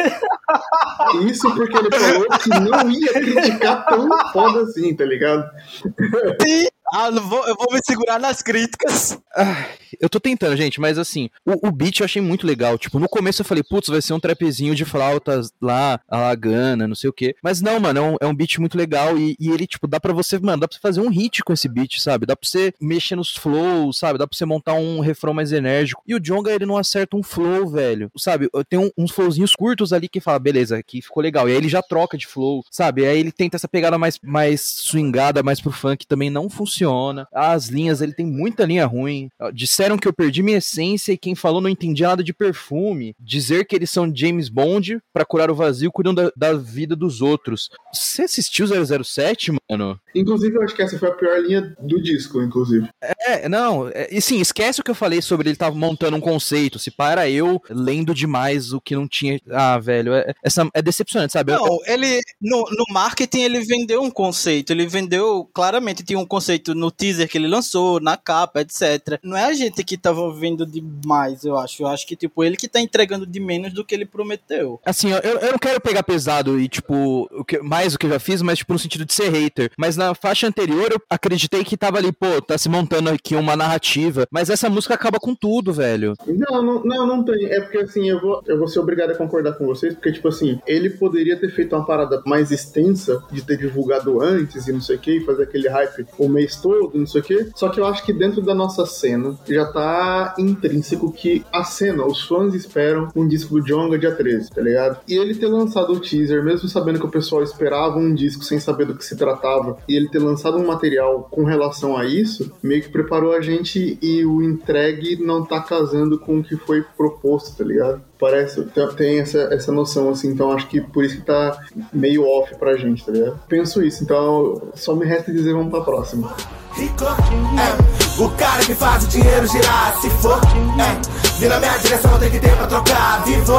Isso porque ele falou que não ia criticar tão foda assim, tá ligado? Sim. Ah, não vou, eu vou me segurar nas críticas. Ah, eu tô tentando, gente, mas assim, o, o beat eu achei muito legal. Tipo, no começo eu falei, putz, vai ser um trapzinho de flautas lá, a Lagana, não sei o quê. Mas não, mano, é um, é um beat muito legal e, e ele, tipo, dá pra você, mano, dá pra você fazer um hit com esse beat, sabe? Dá pra você mexer nos flows, sabe? Dá pra você montar um refrão mais enérgico. E o Djonga, ele não acerta um flow, velho, sabe? Tem um, uns flowzinhos curtos ali que fala, beleza, aqui ficou legal. E aí ele já troca de flow, sabe? E aí ele tenta essa pegada mais, mais swingada, mais pro funk, também não funciona. funciona. As linhas, ele tem muita linha ruim. Disseram que eu perdi minha essência e quem falou não entendia nada de perfume. Dizer que eles são James Bond pra curar o vazio, cuidam da, da vida dos outros. Você assistiu zero zero sete, mano? Inclusive, eu acho que essa foi a pior linha do disco, inclusive. É, não, é, e sim, esquece o que eu falei sobre ele estar montando um conceito. Se para eu lendo demais o que não tinha. Ah, velho, é, essa, é decepcionante, sabe? Não, eu, ele, no, no marketing ele vendeu um conceito, ele vendeu, claramente tinha um conceito no teaser que ele lançou, na capa, etcétera. Não é a gente que tava vendo demais, eu acho. Eu acho que, tipo, ele que tá entregando de menos do que ele prometeu. Assim, eu, eu não quero pegar pesado e, tipo, o que, mais o que eu já fiz, mas, tipo, no sentido de ser hater. Mas na faixa anterior eu acreditei que tava ali, pô, tá se montando aqui uma narrativa. Mas essa música acaba com tudo, velho. Não, não, não, não tem. É porque, assim, eu vou, eu vou ser obrigado a concordar com vocês, porque, tipo assim, ele poderia ter feito uma parada mais extensa, de ter divulgado antes e não sei o que, e fazer aquele hype o mês todo, não sei o que. Só que eu acho que dentro da nossa cena já tá intrínseco que a cena, os fãs esperam um disco do Djonga dia treze, tá ligado? E ele ter lançado o teaser, mesmo sabendo que o pessoal esperava um disco sem saber do que se tratava, e ele ter lançado um material com relação a isso, meio que preparou a gente e o entregue não tá casando com o que foi proposto, tá ligado? Parece, tem essa, essa noção, assim, então acho que por isso que tá meio off pra gente, tá ligado? Penso isso, então só me resta dizer vamos pra próxima. Rico, é, o cara que faz o dinheiro girar, se for, é, vir na minha direção tem que ter pra trocar, vivo,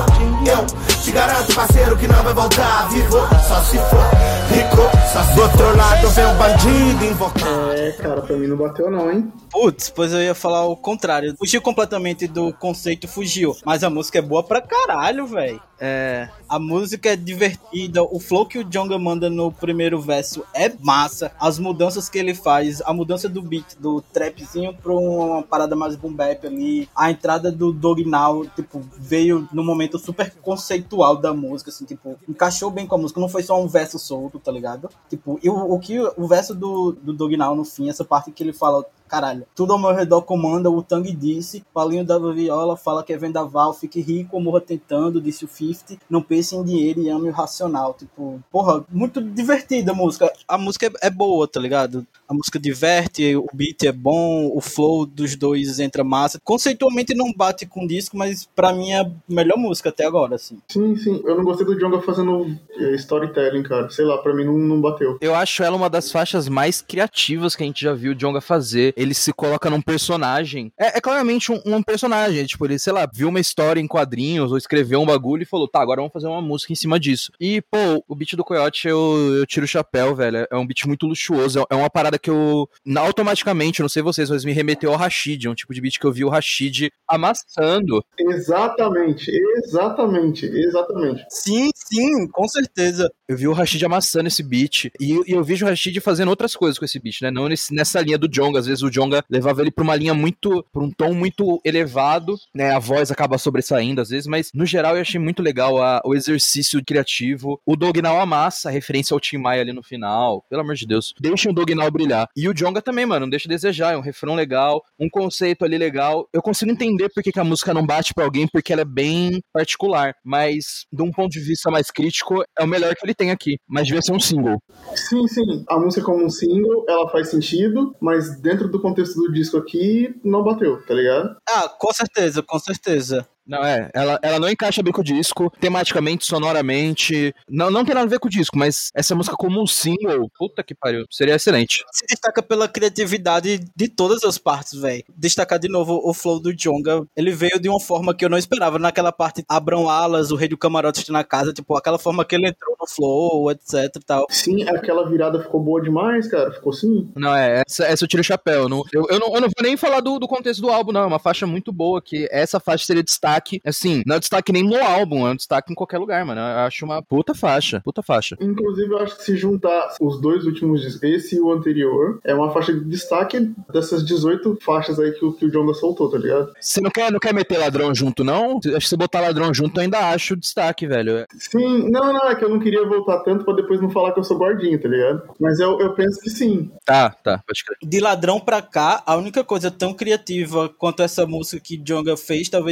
eu te garanto, parceiro, que não vai voltar, vivo, só se for, rico, só se do outro lado vem um bandido invocar. É, cara, pra mim não bateu não, hein? Putz, pois eu ia falar o contrário, fugiu completamente do conceito, fugiu, mas a música é boa pra caralho, velho. É, a música é divertida, o flow que o Djonga manda no primeiro verso é massa, as mudanças que ele faz, a mudança do beat, do trapzinho pra uma parada mais boom bap ali, a entrada do Dog Now, tipo, veio no momento super conceitual da música, assim, tipo, encaixou bem com a música, não foi só um verso solto, tá ligado? Tipo, e o, o que o verso do, do Dog Now no fim, essa parte que ele fala, caralho, tudo ao meu redor comanda, o Tang disse, Paulinho da Viola fala que é vendaval, fique rico ou morra tentando, disse o cinquenta, não pense em dinheiro e ame o racional. Tipo, porra, muito divertida a música. A música é, é boa, tá ligado? A música diverte, o beat é bom, o flow dos dois entra massa. Conceitualmente não bate com o disco, mas pra mim é a melhor música até agora, assim. Sim, sim. Eu não gostei do Djonga fazendo storytelling, cara. Sei lá, pra mim não, não bateu. Eu acho ela uma das faixas mais criativas que a gente já viu o Djonga fazer. Ele se coloca num personagem. É, é claramente um, um personagem. Tipo, ele, sei lá, viu uma história em quadrinhos ou escreveu um bagulho e falou, tá, agora vamos fazer uma música em cima disso. E, pô, o beat do Coyote eu, eu tiro o chapéu, velho. É um beat muito luxuoso. É uma parada que eu, automaticamente, não sei vocês, mas me remeteu ao Rashid. É um tipo de beat que eu vi o Rashid amassando. Exatamente, exatamente, exatamente. Sim, sim, com certeza. Eu vi o Rashid amassando esse beat. E, e eu vejo o Rashid fazendo outras coisas com esse beat, né? Não nesse, nessa linha do Djonga. Às vezes o Djonga levava ele pra uma linha muito, pra um tom muito elevado, né? A voz acaba sobressaindo às vezes, mas no geral eu achei muito legal a, o exercício criativo. O Dog Now amassa, a referência ao Tim Maia ali no final. Pelo amor de Deus. Deixa o Dog Now brilhar. E o Djonga também, mano, não deixa de desejar. É um refrão legal, um conceito ali legal. Eu consigo entender por que, que a música não bate pra alguém, porque ela é bem particular. Mas, de um ponto de vista mais crítico, é o melhor que ele tem aqui. Mas devia ser um single. Sim, sim. A música como um single, ela faz sentido, mas dentro do contexto do disco aqui, não bateu, tá ligado? Ah, com certeza, com certeza. Não, é, ela, ela não encaixa bem com o disco, tematicamente, sonoramente, não, não tem nada a ver com o disco, mas essa música como um single, puta que pariu, seria excelente. Se destaca pela criatividade de todas as partes, velho. Destacar de novo o flow do Djonga, ele veio de uma forma que eu não esperava, naquela parte, abram alas, o rei do camarote está na casa, tipo, aquela forma que ele entrou no flow, etc e tal. Sim, aquela virada ficou boa demais, cara, ficou assim. Não, é, essa, essa eu tiro o chapéu, não, eu, eu, não, eu não vou nem falar do, do contexto do álbum, não, é uma faixa muito boa, que essa faixa seria destaque. Assim, não é destaque nem no álbum, é um destaque em qualquer lugar, mano. Eu acho uma puta faixa, puta faixa. Inclusive, eu acho que se juntar os dois últimos discos, esse e o anterior, é uma faixa de destaque dessas dezoito faixas aí que o, que o Djonga soltou, tá ligado? Você não quer, não quer meter ladrão junto, não? Acho que se botar ladrão junto, eu ainda acho destaque, velho. Sim, não, não, é que eu não queria voltar tanto pra depois não falar que eu sou gordinho, tá ligado? Mas eu, eu penso que sim. Tá, tá, pode crer. De ladrão pra cá, a única coisa tão criativa quanto essa música que Djonga fez, talvez foi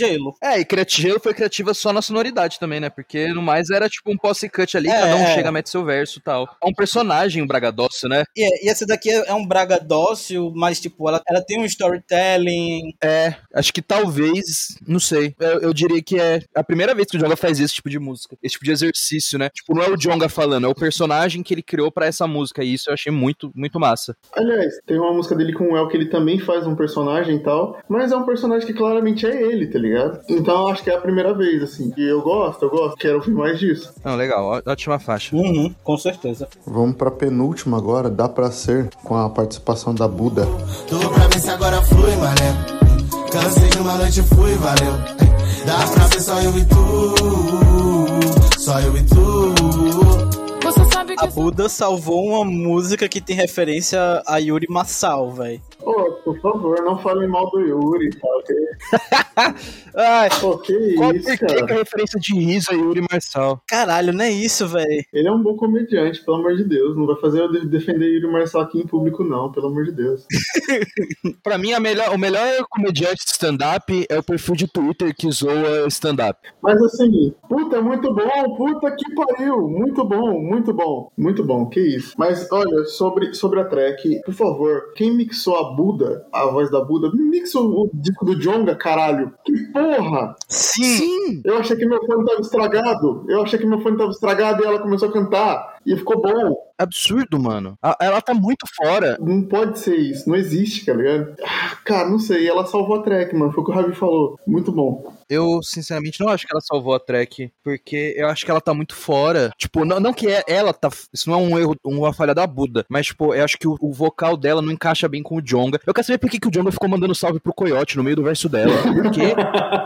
Gelo. É, e Gelo foi criativa só na sonoridade também, né? Porque no mais era tipo um posse cut ali, é, cada um é. chega, mete seu verso e tal. É um personagem, um Bragadócio, né? E, e essa daqui é um Bragadócio, mas tipo, ela, ela tem um storytelling. É, acho que talvez, não sei. Eu, eu diria que é a primeira vez que o Djonga faz esse tipo de música, esse tipo de exercício, né? Tipo, não é o Djonga falando, é o personagem que ele criou pra essa música, e isso eu achei muito, muito massa. Aliás, tem uma música dele com o El que ele também faz um personagem e tal, mas é um personagem que claramente é ele, tá ligado? Então acho que é a primeira vez, assim. E eu gosto, eu gosto, quero ouvir mais disso. Não, legal, ótima faixa. Uhum, com certeza. Vamos pra penúltima agora, Dá Pra Ser, com a participação da Buda. Tudo pra ver se agora flui, mané. Cansei de uma noite fui, valeu. Dá pra ver só eu e tu, só eu e tu. A Buda salvou uma música que tem referência a Yuri Marçal, velho. Ô, oh, por favor, não falem mal do Yuri, tá ok? Ai, Pô, que qual, isso, por cara? que, que a referência de riso é Yuri Marçal? Caralho, não é isso, velho. Ele é um bom comediante, pelo amor de Deus. Não vai fazer eu defender Yuri Marçal aqui em público, não, pelo amor de Deus. Pra mim, a melhor, o melhor comediante de stand-up é o perfil de Twitter que zoa stand-up. Mas assim, puta, muito bom, puta que pariu. Muito bom, muito bom, muito bom, que isso. Mas olha, sobre, sobre a track, por favor, quem mixou a Buda, a voz da Buda, mixa o disco do Djonga, caralho. Que porra! Sim! Sim. Eu achei que meu fone tava estragado. Eu achei que meu fone tava estragado e ela começou a cantar. E ficou bom. Absurdo, mano. Ela tá muito fora. Não pode ser isso. Não existe, tá ligado? Ah, cara, não sei. Ela salvou a track, mano. Foi o que o Ravi falou. Muito bom. Eu, sinceramente, não acho que ela salvou a track. Porque eu acho que ela tá muito fora. Tipo, não, não que ela tá... Isso não é um erro, uma falha da Buda. Mas, tipo, eu acho que o, o vocal dela não encaixa bem com o Djonga. Eu quero saber por que, que o Djonga ficou mandando salve pro Coyote no meio do verso dela. Por quê?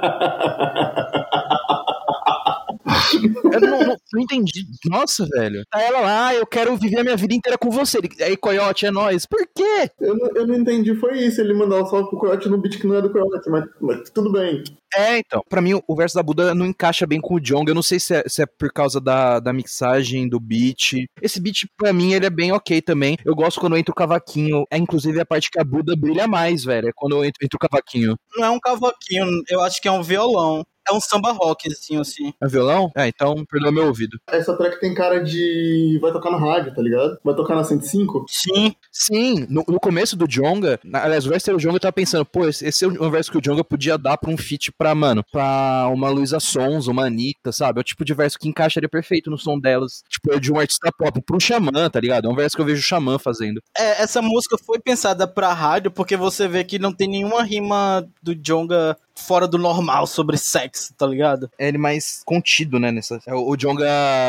Eu não, não, não entendi. Nossa, velho. Tá ela lá, eu quero viver a minha vida inteira com você. Aí, Coyote, é nóis. Por quê? Eu não, eu não entendi, foi isso. Ele mandar o salve pro Coyote no beat que não é do Coyote, mas, mas tudo bem. É, então. Pra mim, o verso da Buda não encaixa bem com o Djonga. Eu não sei se é, se é por causa da, da mixagem, do beat. Esse beat, pra mim, ele é bem ok também. Eu gosto quando entra o cavaquinho. É, inclusive, a parte que a Buda brilha mais, velho. É quando entra, entra o cavaquinho. Não é um cavaquinho, eu acho que é um violão. É um samba rock, assim, assim. É violão? É, então perdoa meu ouvido. Essa track tem cara de... vai tocar na rádio, tá ligado? Vai tocar na cento e cinco? Sim. Sim, no, no começo do Djonga, na, aliás, o verso do Djonga eu tava pensando, pô, esse, esse é um verso que o Djonga podia dar pra um feat pra, mano, pra uma Luísa Sons, uma Anitta, sabe? É o tipo de verso que encaixaria perfeito no som delas. Tipo, é de um artista pop pro Xamã, tá ligado? É um verso que eu vejo o Xamã fazendo. É, essa música foi pensada pra rádio porque você vê que não tem nenhuma rima do Djonga fora do normal sobre sexo, tá ligado? É ele mais contido, né, nessa... É o Djonga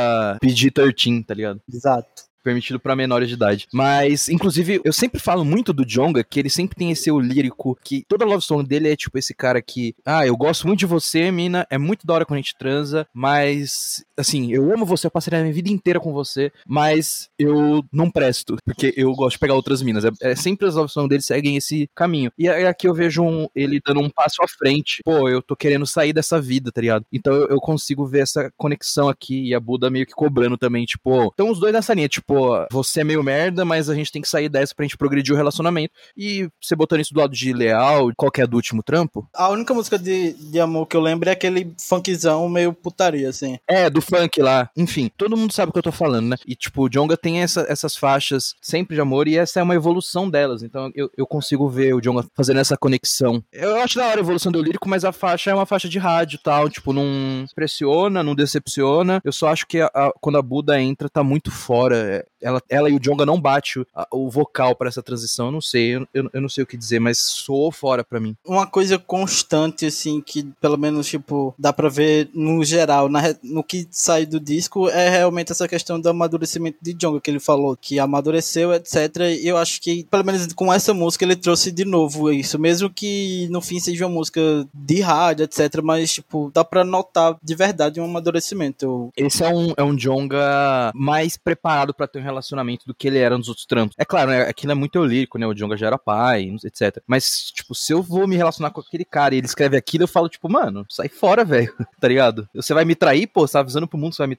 P G treze, tá ligado? Exato. Permitido pra menores de idade. Mas, inclusive, eu sempre falo muito do Djonga, que ele sempre tem esse eu lírico, que toda love song dele é tipo esse cara que, ah, eu gosto muito de você, mina, é muito da hora quando a gente transa, mas, assim, eu amo você, eu passaria a minha vida inteira com você, mas eu não presto, porque eu gosto de pegar outras minas. É, é sempre as love songs dele seguem esse caminho. E aí aqui eu vejo um, ele dando um passo à frente. Pô, eu tô querendo sair dessa vida, tá ligado? Então eu, eu consigo ver essa conexão aqui, e a Buda meio que cobrando também, tipo, então os dois nessa linha, tipo, pô, você é meio merda, mas a gente tem que sair dessa pra gente progredir o relacionamento. E você botando isso do lado de Leal, qual que é do último trampo? A única música de, de amor que eu lembro é aquele funkzão meio putaria, assim. É, do funk lá. Enfim, todo mundo sabe o que eu tô falando, né? E, tipo, o Djonga tem essa, essas faixas sempre de amor e essa é uma evolução delas. Então eu, eu consigo ver o Djonga fazendo essa conexão. Eu acho da hora a evolução do lírico, mas a faixa é uma faixa de rádio e tal. Tipo, não impressiona, não decepciona. Eu só acho que a, a, quando a Buda entra, tá muito fora. Ela, ela e o Djonga não bate o, a, o vocal pra essa transição. Eu não sei, eu, eu, eu não sei o que dizer, mas soou fora pra mim. Uma coisa constante, assim, que pelo menos, tipo, dá pra ver no geral, na, no que sai do disco, é realmente essa questão do amadurecimento de Djonga, que ele falou, que amadureceu, etcétera. E eu acho que, pelo menos com essa música, ele trouxe de novo isso. Mesmo que no fim seja uma música de rádio, etcétera. Mas, tipo, dá pra notar de verdade um amadurecimento. Eu... Esse é um, é um Djonga mais preparado pra ter um relacionamento do que ele era nos outros trampos. É claro, né, aquilo é muito eu lírico, né, o Djonga já era pai, etcétera. Mas, tipo, se eu vou me relacionar com aquele cara e ele escreve aquilo, eu falo, tipo, mano, sai fora, velho, tá ligado? Você vai me trair, pô? Você tá avisando pro mundo que você vai me trair?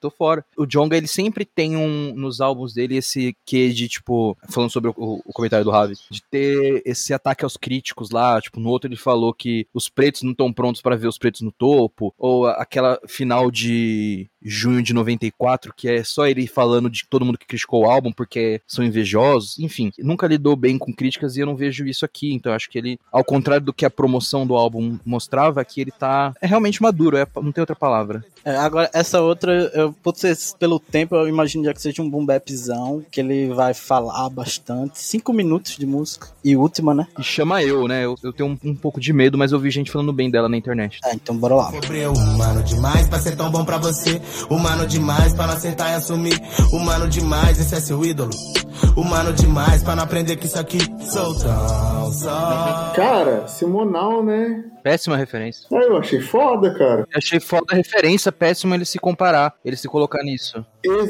tô fora. O Djonga, ele sempre tem um, nos álbuns dele, esse quê de, tipo, falando sobre o, o comentário do Ravi, de ter esse ataque aos críticos lá, tipo, no outro ele falou que os pretos não estão prontos pra ver os pretos no topo, ou aquela final de junho de noventa e quatro, que é só ele falando de todo mundo que criticou o álbum porque são invejosos, enfim, nunca lidou bem com críticas e eu não vejo isso aqui, então eu acho que ele, ao contrário do que a promoção do álbum mostrava, aqui ele tá, é realmente maduro, é, não tem outra palavra. É, agora, essa outra, eu, por ser, pelo tempo, eu imagino já que seja um boom bapzão, que ele vai falar bastante, cinco minutos de música, e última, né? E chama eu, né, eu, eu tenho um, um pouco de medo, mas eu vi gente falando bem dela na internet. É, então bora lá. Humano demais pra ser tão bom pra você, humano demais pra não aceitar e assumir, humano demais, esse é seu ídolo, humano demais pra não aprender que isso aqui sou tão só. Cara, Simonal, né? Péssima referência. Ah, eu achei foda, cara. Eu achei foda a referência, péssimo ele se comparar, ele se colocar nisso.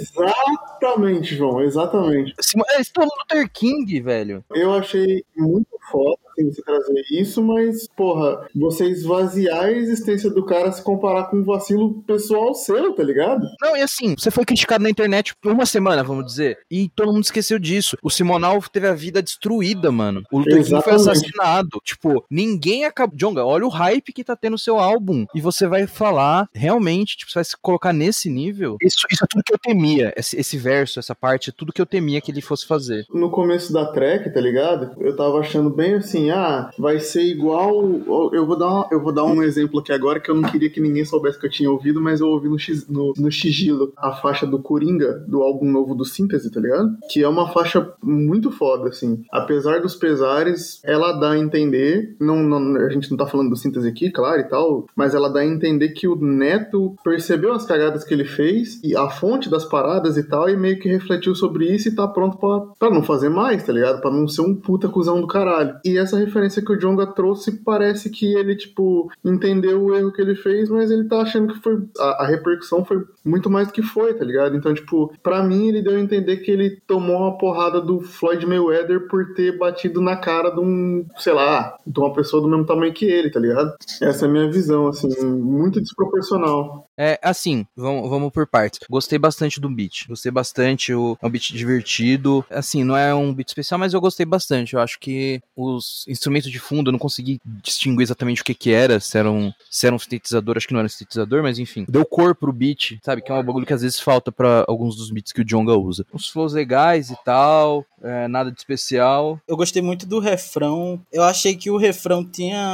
Exatamente, João, exatamente. É, esse tá no Luther King, velho. Eu achei muito foda assim, você trazer isso, mas, porra, você esvaziar a existência do cara se comparar com um vacilo pessoal seu, tá ligado? Não, e assim, você foi criticado na internet por uma semana, vamos dizer, e todo mundo esqueceu disso. O Simonal teve a vida destruída, mano. O Luther King foi assassinado. Tipo, ninguém acabou... Djonga, olha o hype que tá tendo o seu álbum. E você vai falar, realmente, tipo, você vai se colocar nesse nível. Isso, isso é tudo que eu temia. Esse, esse verso, essa parte, é tudo que eu temia que ele fosse fazer. No começo da track, tá ligado? Eu tava achando bem assim, ah, vai ser igual... Eu vou dar, uma, eu vou dar um exemplo aqui agora que eu não queria que ninguém soubesse que eu tinha ouvido, mas eu ouvi no, X, no, no Sigilo, a faixa do Coringa, do álbum novo do Síntese, tá ligado? Que é uma faixa muito foda, assim. Apesar dos pesares, ela dá a entender, não, não, a gente não tá falando do Síntese aqui, claro, e tal, mas ela dá a entender que o Neto percebeu as cagadas que ele fez, e a fonte das paradas e tal, e meio que refletiu sobre isso e tá pronto pra, pra não fazer mais, tá ligado? Pra não ser um puta cuzão do caralho. E essa referência que o Djonga trouxe, parece que ele, tipo, entendeu o erro que ele fez, mas ele tá achando que foi... A, a repercussão foi muito mais do que foi, tá ligado? Então, tipo, pra mim, ele deu a entender que ele tomou uma porrada do Floyd Mayweather por ter batido na cara de um, sei lá, de uma pessoa do mesmo tamanho que ele, tá ligado? Essa é a minha visão, assim, muito desproporcional. É, assim, vamos, vamos por partes. Gostei bastante do beat. Gostei bastante, o, é um beat divertido. Assim, não é um beat especial, mas eu gostei bastante. Eu acho que os instrumentos de fundo, eu não consegui distinguir exatamente o que que era. Se era um, se era um sintetizador, acho que não era um sintetizador, mas enfim. Deu cor pro beat, sabe? Que é um bagulho que às vezes falta pra alguns dos beats que o Djonga usa. Uns flows legais e tal, é, nada de especial. Eu gostei muito do refrão. Eu achei que o refrão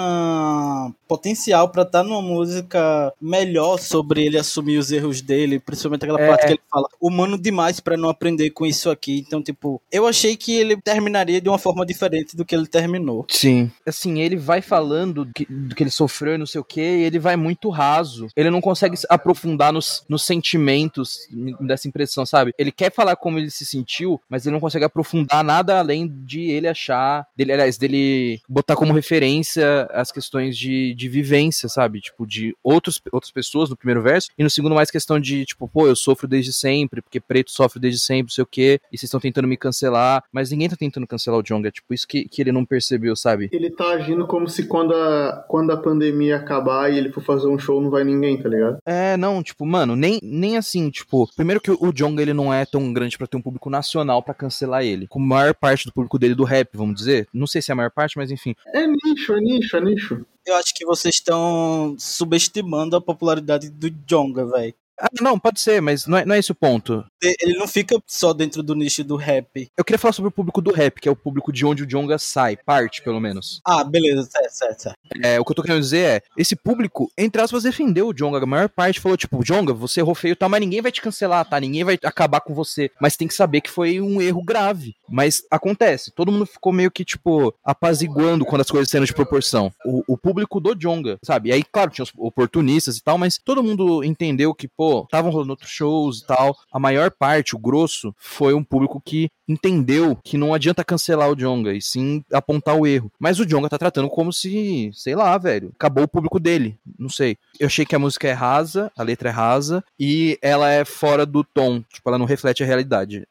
tinha potencial pra estar numa música melhor sobre ele assumir os erros dele, principalmente aquela é. parte que ele fala, humano demais pra não aprender com isso aqui. Então, tipo, eu achei que ele terminaria de uma forma diferente do que ele terminou. Sim. Assim, ele vai falando do que, do que ele sofreu e não sei o que, e ele vai muito raso. Ele não consegue aprofundar nos, nos sentimentos, me dá essa impressão, sabe? Ele quer falar como ele se sentiu, mas ele não consegue aprofundar nada além de ele achar, dele, aliás, dele botar como referência as questões de, de vivência, sabe? Tipo, de outros, outras pessoas no primeiro verso, e no segundo mais questão de, tipo, pô, eu sofro desde sempre, porque preto sofre desde sempre, não sei o quê, e vocês estão tentando me cancelar, mas ninguém tá tentando cancelar o Djonga, é tipo isso que, que ele não percebeu, sabe? Ele tá agindo como se quando a, quando a pandemia acabar e ele for fazer um show, não vai ninguém, tá ligado? É, não, tipo, mano, nem, nem assim, tipo, primeiro que o Djonga, ele não é tão grande pra ter um público nacional pra cancelar ele, como a maior parte do público dele do rap, vamos dizer, não sei se é a maior parte, mas enfim. É nicho, é nicho, é nicho. Eu acho que vocês estão subestimando a popularidade do Djonga, velho. Ah, não, pode ser, mas não é, não é esse o ponto. Ele não fica só dentro do nicho do rap. Eu queria falar sobre o público do rap, que é o público de onde o Djonga sai, parte, pelo menos. Ah, beleza, certo, certo, certo. É, o que eu tô querendo dizer é, esse público, entre aspas, defendeu o Djonga. A maior parte falou, tipo, Djonga, você errou feio, tá, mas ninguém vai te cancelar, tá? Ninguém vai acabar com você. Mas tem que saber que foi um erro grave. Mas acontece, todo mundo ficou meio que, tipo, apaziguando quando as coisas saíram de proporção. O, o público do Djonga, sabe? E aí, claro, tinha os oportunistas e tal, mas todo mundo entendeu que, pô, estavam rolando outros shows e tal. A maior parte, o grosso, foi um público que entendeu que não adianta cancelar o Djonga, e sim apontar o erro. Mas o Djonga tá tratando como se, sei lá, velho, acabou o público dele. Não sei. Eu achei que a música é rasa, a letra é rasa, e ela é fora do tom. Tipo, ela não reflete a realidade. É isso.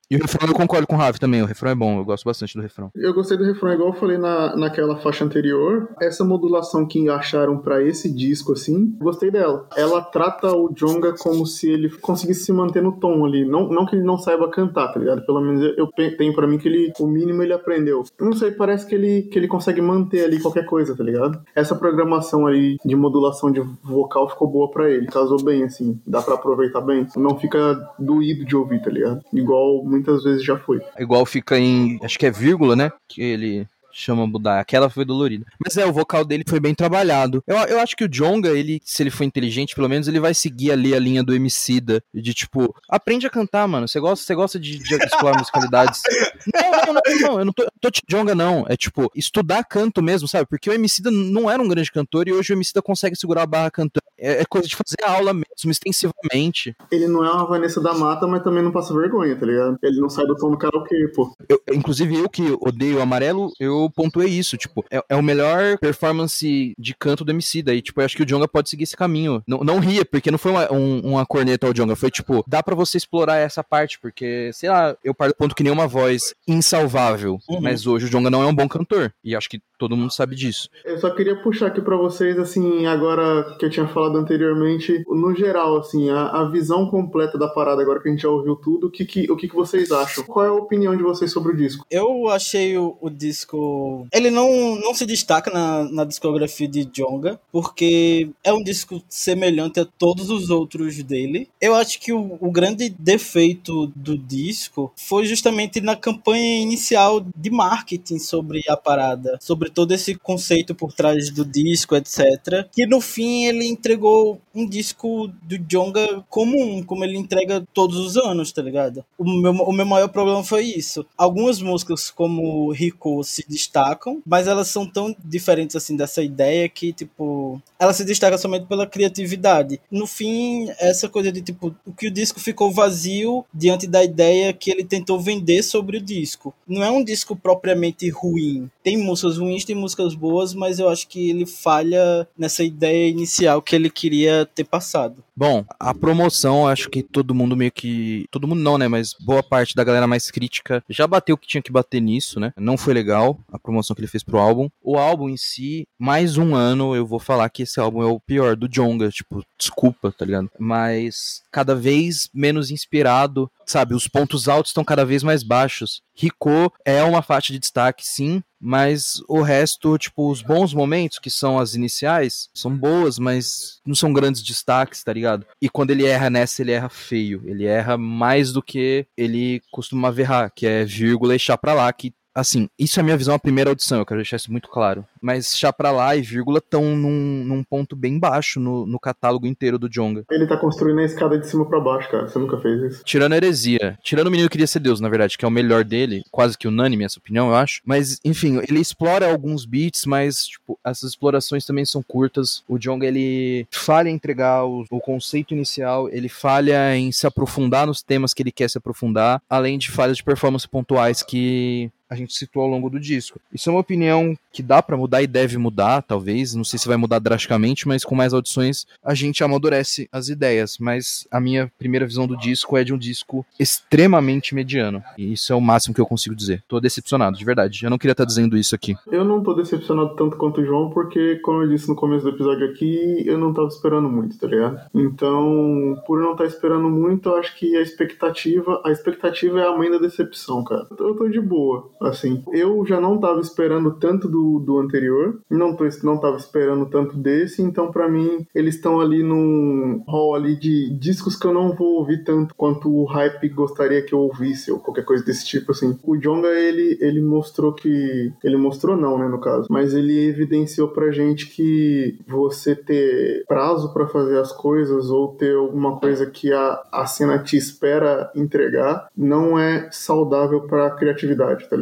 E o refrão eu concordo com o Ravi também, o refrão é bom, eu gosto bastante do refrão. Eu gostei do refrão, igual eu falei na, naquela faixa anterior. Essa modulação que acharam pra esse disco, assim, gostei dela. Ela trata o Djonga como se ele conseguisse se manter no tom ali. Não, não que ele não saiba cantar, tá ligado? Pelo menos eu tenho pra mim que ele, o mínimo ele aprendeu. Não sei, parece que ele, que ele consegue manter ali qualquer coisa, tá ligado? Essa programação aí de modulação de vocal ficou boa pra ele. Casou bem, assim. Dá pra aproveitar bem. Não fica doído de ouvir, tá ligado? Igual muitas vezes já foi. Igual fica em, acho que é vírgula, né? Que ele chama Budai. Aquela foi dolorida. Mas é, o vocal dele foi bem trabalhado. Eu, eu acho que o Djonga, ele, se ele for inteligente, pelo menos ele vai seguir ali a linha do Emicida. De tipo, aprende a cantar, mano. Você gosta, você gosta de, de explorar musicalidades. Não, não, não, não. Eu não tô, tô Djonga, não. É tipo, estudar canto mesmo, sabe? Porque o Emicida não era um grande cantor e hoje o Emicida consegue segurar a barra cantando. É, é coisa de fazer aula mesmo, extensivamente. Ele não é uma Vanessa da Mata, mas também não passa vergonha, tá ligado? Ele não sai do tom do karaokê, pô. Eu, inclusive, eu que odeio o Amarelo, eu pontuei isso, tipo, é, é o melhor performance de canto do Emicida, e tipo, eu acho que o Djonga pode seguir esse caminho. Não, não ria, porque não foi uma, um, uma corneta ao Djonga, foi tipo, dá pra você explorar essa parte, porque, sei lá, eu paro do ponto que nem uma voz insalvável, uhum. Mas hoje o Djonga não é um bom cantor, e acho que todo mundo sabe disso. Eu só queria puxar aqui pra vocês, assim, agora que eu tinha falado anteriormente, no geral, assim, a, a visão completa da parada, agora que a gente já ouviu tudo, o que, que, o que, que vocês acham? Qual é a opinião de vocês sobre o disco? Eu achei o, o disco... Ele não, não se destaca na, na discografia de Djonga, porque é um disco semelhante a todos os outros dele. Eu acho que o, o grande defeito do disco foi justamente na campanha inicial de marketing sobre a parada, sobre todo esse conceito por trás do disco, etcétera. Que no fim ele entregou um disco do Djonga comum, como ele entrega todos os anos, tá ligado? O meu, o meu maior problema foi isso. Algumas músicas, como Rico, se destacam, mas elas são tão diferentes assim dessa ideia que, tipo, ela se destaca somente pela criatividade. No fim, essa coisa de, tipo, o que o disco ficou vazio diante da ideia que ele tentou vender sobre o disco. Não é um disco propriamente ruim. Tem músicas ruins, tem músicas boas, mas eu acho que ele falha nessa ideia inicial que ele queria ter passado. Bom, a promoção, acho que todo mundo meio que... Todo mundo não, né? Mas boa parte da galera mais crítica já bateu o que tinha que bater nisso, né? Não foi legal a promoção que ele fez pro álbum. O álbum em si, mais um ano, eu vou falar que esse álbum é o pior do Djonga. Tipo, desculpa, tá ligado? Mas cada vez menos inspirado, sabe? Os pontos altos estão cada vez mais baixos. Rico é uma faixa de destaque, sim, mas o resto, tipo, os bons momentos, que são as iniciais, são boas, mas não são grandes destaques, tá ligado? E quando ele erra nessa, ele erra feio. Ele erra mais do que ele costuma errar, que é vírgula e chá pra lá, que, assim, isso é a minha visão, a primeira audição, eu quero deixar isso muito claro. Mas chá pra lá e vírgula estão num, num ponto bem baixo no, no catálogo inteiro do Djonga. Ele tá construindo a escada de cima pra baixo, cara. Você nunca fez isso? Tirando a Heresia. Tirando o Menino Queria Ser Deus, na verdade, que é o melhor dele. Quase que unânime essa opinião, eu acho. Mas, enfim, ele explora alguns beats, mas, tipo, essas explorações também são curtas. O Djonga, ele falha em entregar o, o conceito inicial. Ele falha em se aprofundar nos temas que ele quer se aprofundar. Além de falhas de performance pontuais que a gente citou ao longo do disco. Isso é uma opinião que dá pra mudar e deve mudar, talvez. Não sei se vai mudar drasticamente, mas com mais audições a gente amadurece as ideias. Mas a minha primeira visão do disco é de um disco extremamente mediano. E isso é o máximo que eu consigo dizer. Tô decepcionado, de verdade. Eu não queria estar dizendo isso aqui. Eu não tô decepcionado tanto quanto o João, porque, como eu disse no começo do episódio aqui, eu não tava esperando muito, tá ligado? Então, por não estar esperando muito, eu acho que a expectativa, a expectativa é a mãe da decepção, cara. Eu tô de boa. Assim, eu já não tava esperando tanto do, do anterior, não, tô, não tava esperando tanto desse, então pra mim eles estão ali num hall ali de discos que eu não vou ouvir tanto quanto o hype gostaria que eu ouvisse, ou qualquer coisa desse tipo, assim. O Djonga, ele, ele mostrou que... Ele mostrou não, né, no caso, mas ele evidenciou pra gente que você ter prazo pra fazer as coisas, ou ter alguma coisa que a, a cena te espera entregar, não é saudável pra criatividade, tá ligado?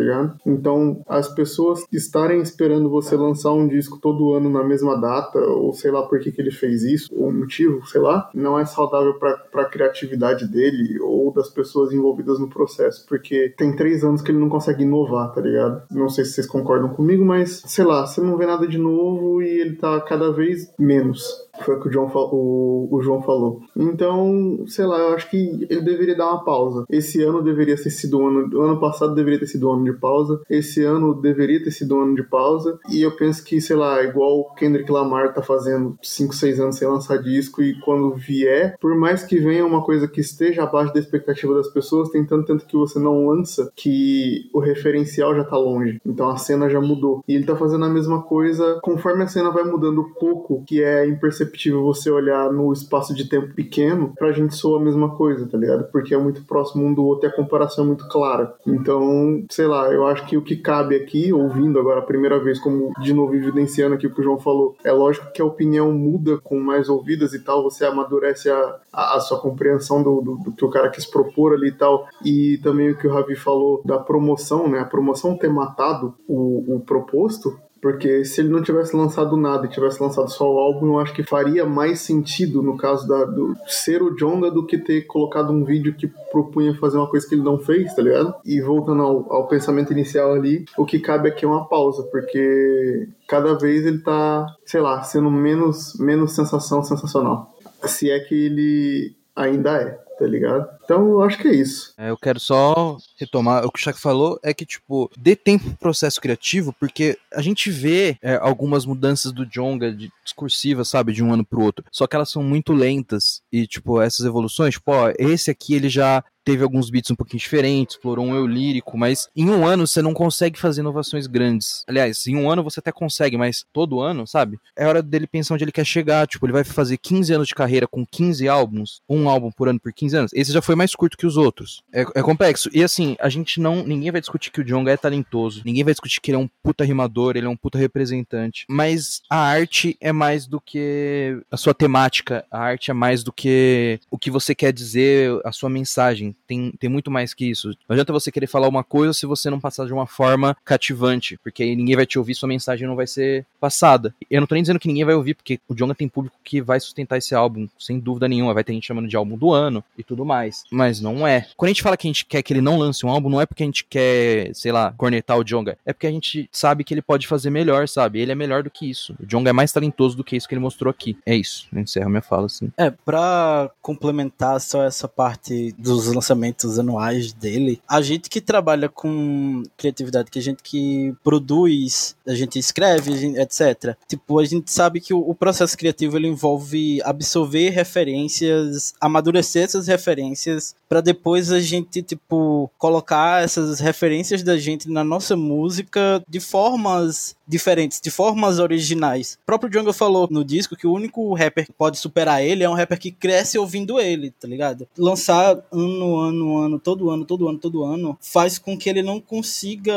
ligado? Então, as pessoas estarem esperando você lançar um disco todo ano na mesma data, ou sei lá por que que ele fez isso, ou um motivo, sei lá, não é saudável pra, pra criatividade dele ou das pessoas envolvidas no processo, porque tem três anos que ele não consegue inovar, tá ligado? Não sei se vocês concordam comigo, mas, sei lá, você não vê nada de novo e ele tá cada vez menos. Foi o que o, John, o, o João falou. Então, sei lá, eu acho que ele deveria dar uma pausa. Esse ano deveria ter sido um ano... O ano passado deveria ter sido um ano de pausa. Esse ano deveria ter sido um ano de pausa. E eu penso que, sei lá, igual o Kendrick Lamar tá fazendo cinco, seis anos sem lançar disco, e quando vier, por mais que venha uma coisa que esteja abaixo da expectativa das pessoas, tem tanto tempo que você não lança que o referencial já tá longe. Então a cena já mudou. E ele tá fazendo a mesma coisa conforme a cena vai mudando pouco, que é imperceptível você olhar no espaço de tempo pequeno, pra gente soa a mesma coisa, tá ligado? Porque é muito próximo um do outro e a comparação é muito clara. Então, sei lá, eu acho que o que cabe aqui, ouvindo agora a primeira vez, como de novo evidenciando aqui o que o João falou, é lógico que a opinião muda com mais ouvidas e tal, você amadurece a, a, a sua compreensão do, do, do que o cara quis propor ali e tal, e também o que o Ravi falou da promoção, né? A promoção ter matado o, o proposto. Porque se ele não tivesse lançado nada e tivesse lançado só o álbum, eu acho que faria mais sentido, no caso da, do ser o Djonga, do que ter colocado um vídeo que propunha fazer uma coisa que ele não fez, tá ligado? E voltando ao, ao pensamento inicial ali, o que cabe aqui é uma pausa, porque cada vez ele tá, sei lá, sendo menos, menos sensação sensacional. Se é que ele ainda é, tá ligado? Então eu acho que é isso. É, eu quero só retomar o que o Shaq falou, é que, tipo, dê tempo pro processo criativo, porque a gente vê é, algumas mudanças do Djonga de discursivas, sabe, de um ano pro outro, só que elas são muito lentas, e, tipo, essas evoluções, tipo, ó, esse aqui ele já teve alguns beats um pouquinho diferentes, explorou um eu lírico, mas em um ano você não consegue fazer inovações grandes. Aliás, em um ano você até consegue, mas todo ano, sabe? É hora dele pensar onde ele quer chegar. Tipo, ele vai fazer quinze anos de carreira com quinze álbuns, um álbum por ano por quinze anos. Esse já foi mais curto que os outros. É, é complexo. E assim, a gente não... Ninguém vai discutir que o Djonga é talentoso. Ninguém vai discutir que ele é um puta rimador, ele é um puta representante. Mas a arte é mais do que a sua temática. A arte é mais do que o que você quer dizer, a sua mensagem. Tem, tem muito mais que isso. Não adianta você querer falar uma coisa se você não passar de uma forma cativante, porque aí ninguém vai te ouvir, sua mensagem não vai ser passada. Eu não tô nem dizendo que ninguém vai ouvir, porque o Djonga tem público que vai sustentar esse álbum, sem dúvida nenhuma. Vai ter gente chamando de álbum do ano e tudo mais. Mas não é. Quando a gente fala que a gente quer que ele não lance um álbum, não é porque a gente quer, sei lá, cornetar o Djonga. É porque a gente sabe que ele pode fazer melhor, sabe? Ele é melhor do que isso. O Djonga é mais talentoso do que isso que ele mostrou aqui. É isso. Eu encerro minha fala, assim. É, pra complementar só essa parte dos lançamentos anuais dele, a gente que trabalha com criatividade, que a gente que produz, a gente escreve, etcétera. Tipo, a gente sabe que o, o processo criativo ele envolve absorver referências, amadurecer essas referências, pra depois a gente, tipo, colocar essas referências da gente na nossa música de formas diferentes, de formas originais. O próprio Djonga falou no disco que o único rapper que pode superar ele é um rapper que cresce ouvindo ele, tá ligado? Lançar ano, ano, ano, todo ano, todo ano, todo ano, faz com que ele não consiga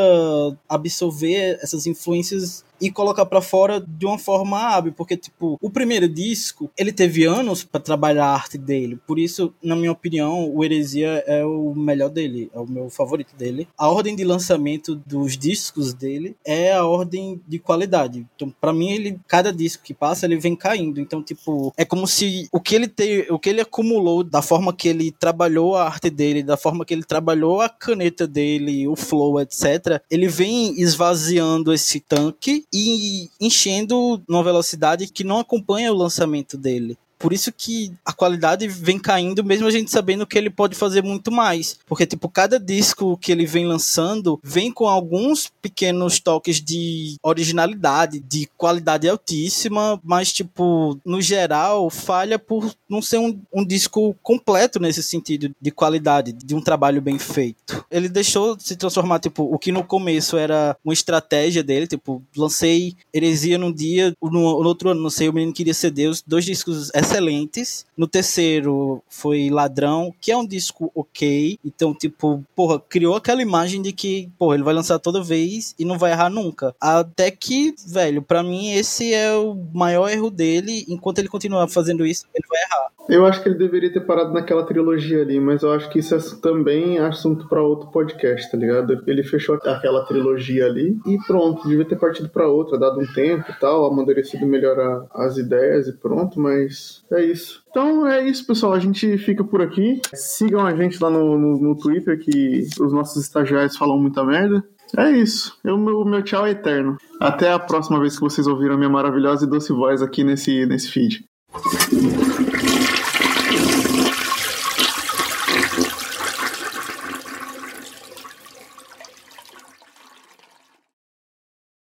absorver essas influências e colocar pra fora de uma forma hábil, porque, tipo, o primeiro disco, ele teve anos pra trabalhar a arte dele, por isso, na minha opinião, o Heresia é o melhor dele, é o meu favorito dele. A ordem de lançamento dos discos dele é a ordem de qualidade, então, pra mim, ele, cada disco que passa, ele vem caindo, então, tipo, é como se o que ele tem, o que ele acumulou, da forma que ele trabalhou a arte dele, da forma que ele trabalhou a caneta dele, o flow, etcétera, ele vem esvaziando esse tanque e enchendo numa velocidade que não acompanha o lançamento dele. Por isso que a qualidade vem caindo, mesmo a gente sabendo que ele pode fazer muito mais. Porque, tipo, cada disco que ele vem lançando vem com alguns pequenos toques de originalidade, de qualidade altíssima, mas, tipo, no geral, falha por não ser um, um disco completo nesse sentido de qualidade, de um trabalho bem feito. Ele deixou se transformar, tipo, o que no começo era uma estratégia dele, tipo, lancei Heresia num dia, no, no outro ano, não sei, O Menino Queria Ser Deus, dois discos excelentes. No terceiro foi Ladrão, que é um disco ok. Então, tipo, porra, criou aquela imagem de que, porra, ele vai lançar toda vez e não vai errar nunca. Até que, velho, pra mim esse é o maior erro dele. Enquanto ele continuar fazendo isso, ele errar. Eu acho que ele deveria ter parado naquela trilogia ali, mas eu acho que isso é também assunto pra outro podcast, tá ligado? Ele fechou aquela trilogia ali e pronto, devia ter partido pra outra, dado um tempo e tal, amadurecido melhor a, as ideias e pronto, mas é isso. Então é isso, pessoal, a gente fica por aqui. Sigam a gente lá no, no, no Twitter, que os nossos estagiários falam muita merda. É isso, o meu, meu tchau é eterno. Até a próxima vez que vocês ouviram a minha maravilhosa e doce voz aqui nesse, nesse feed.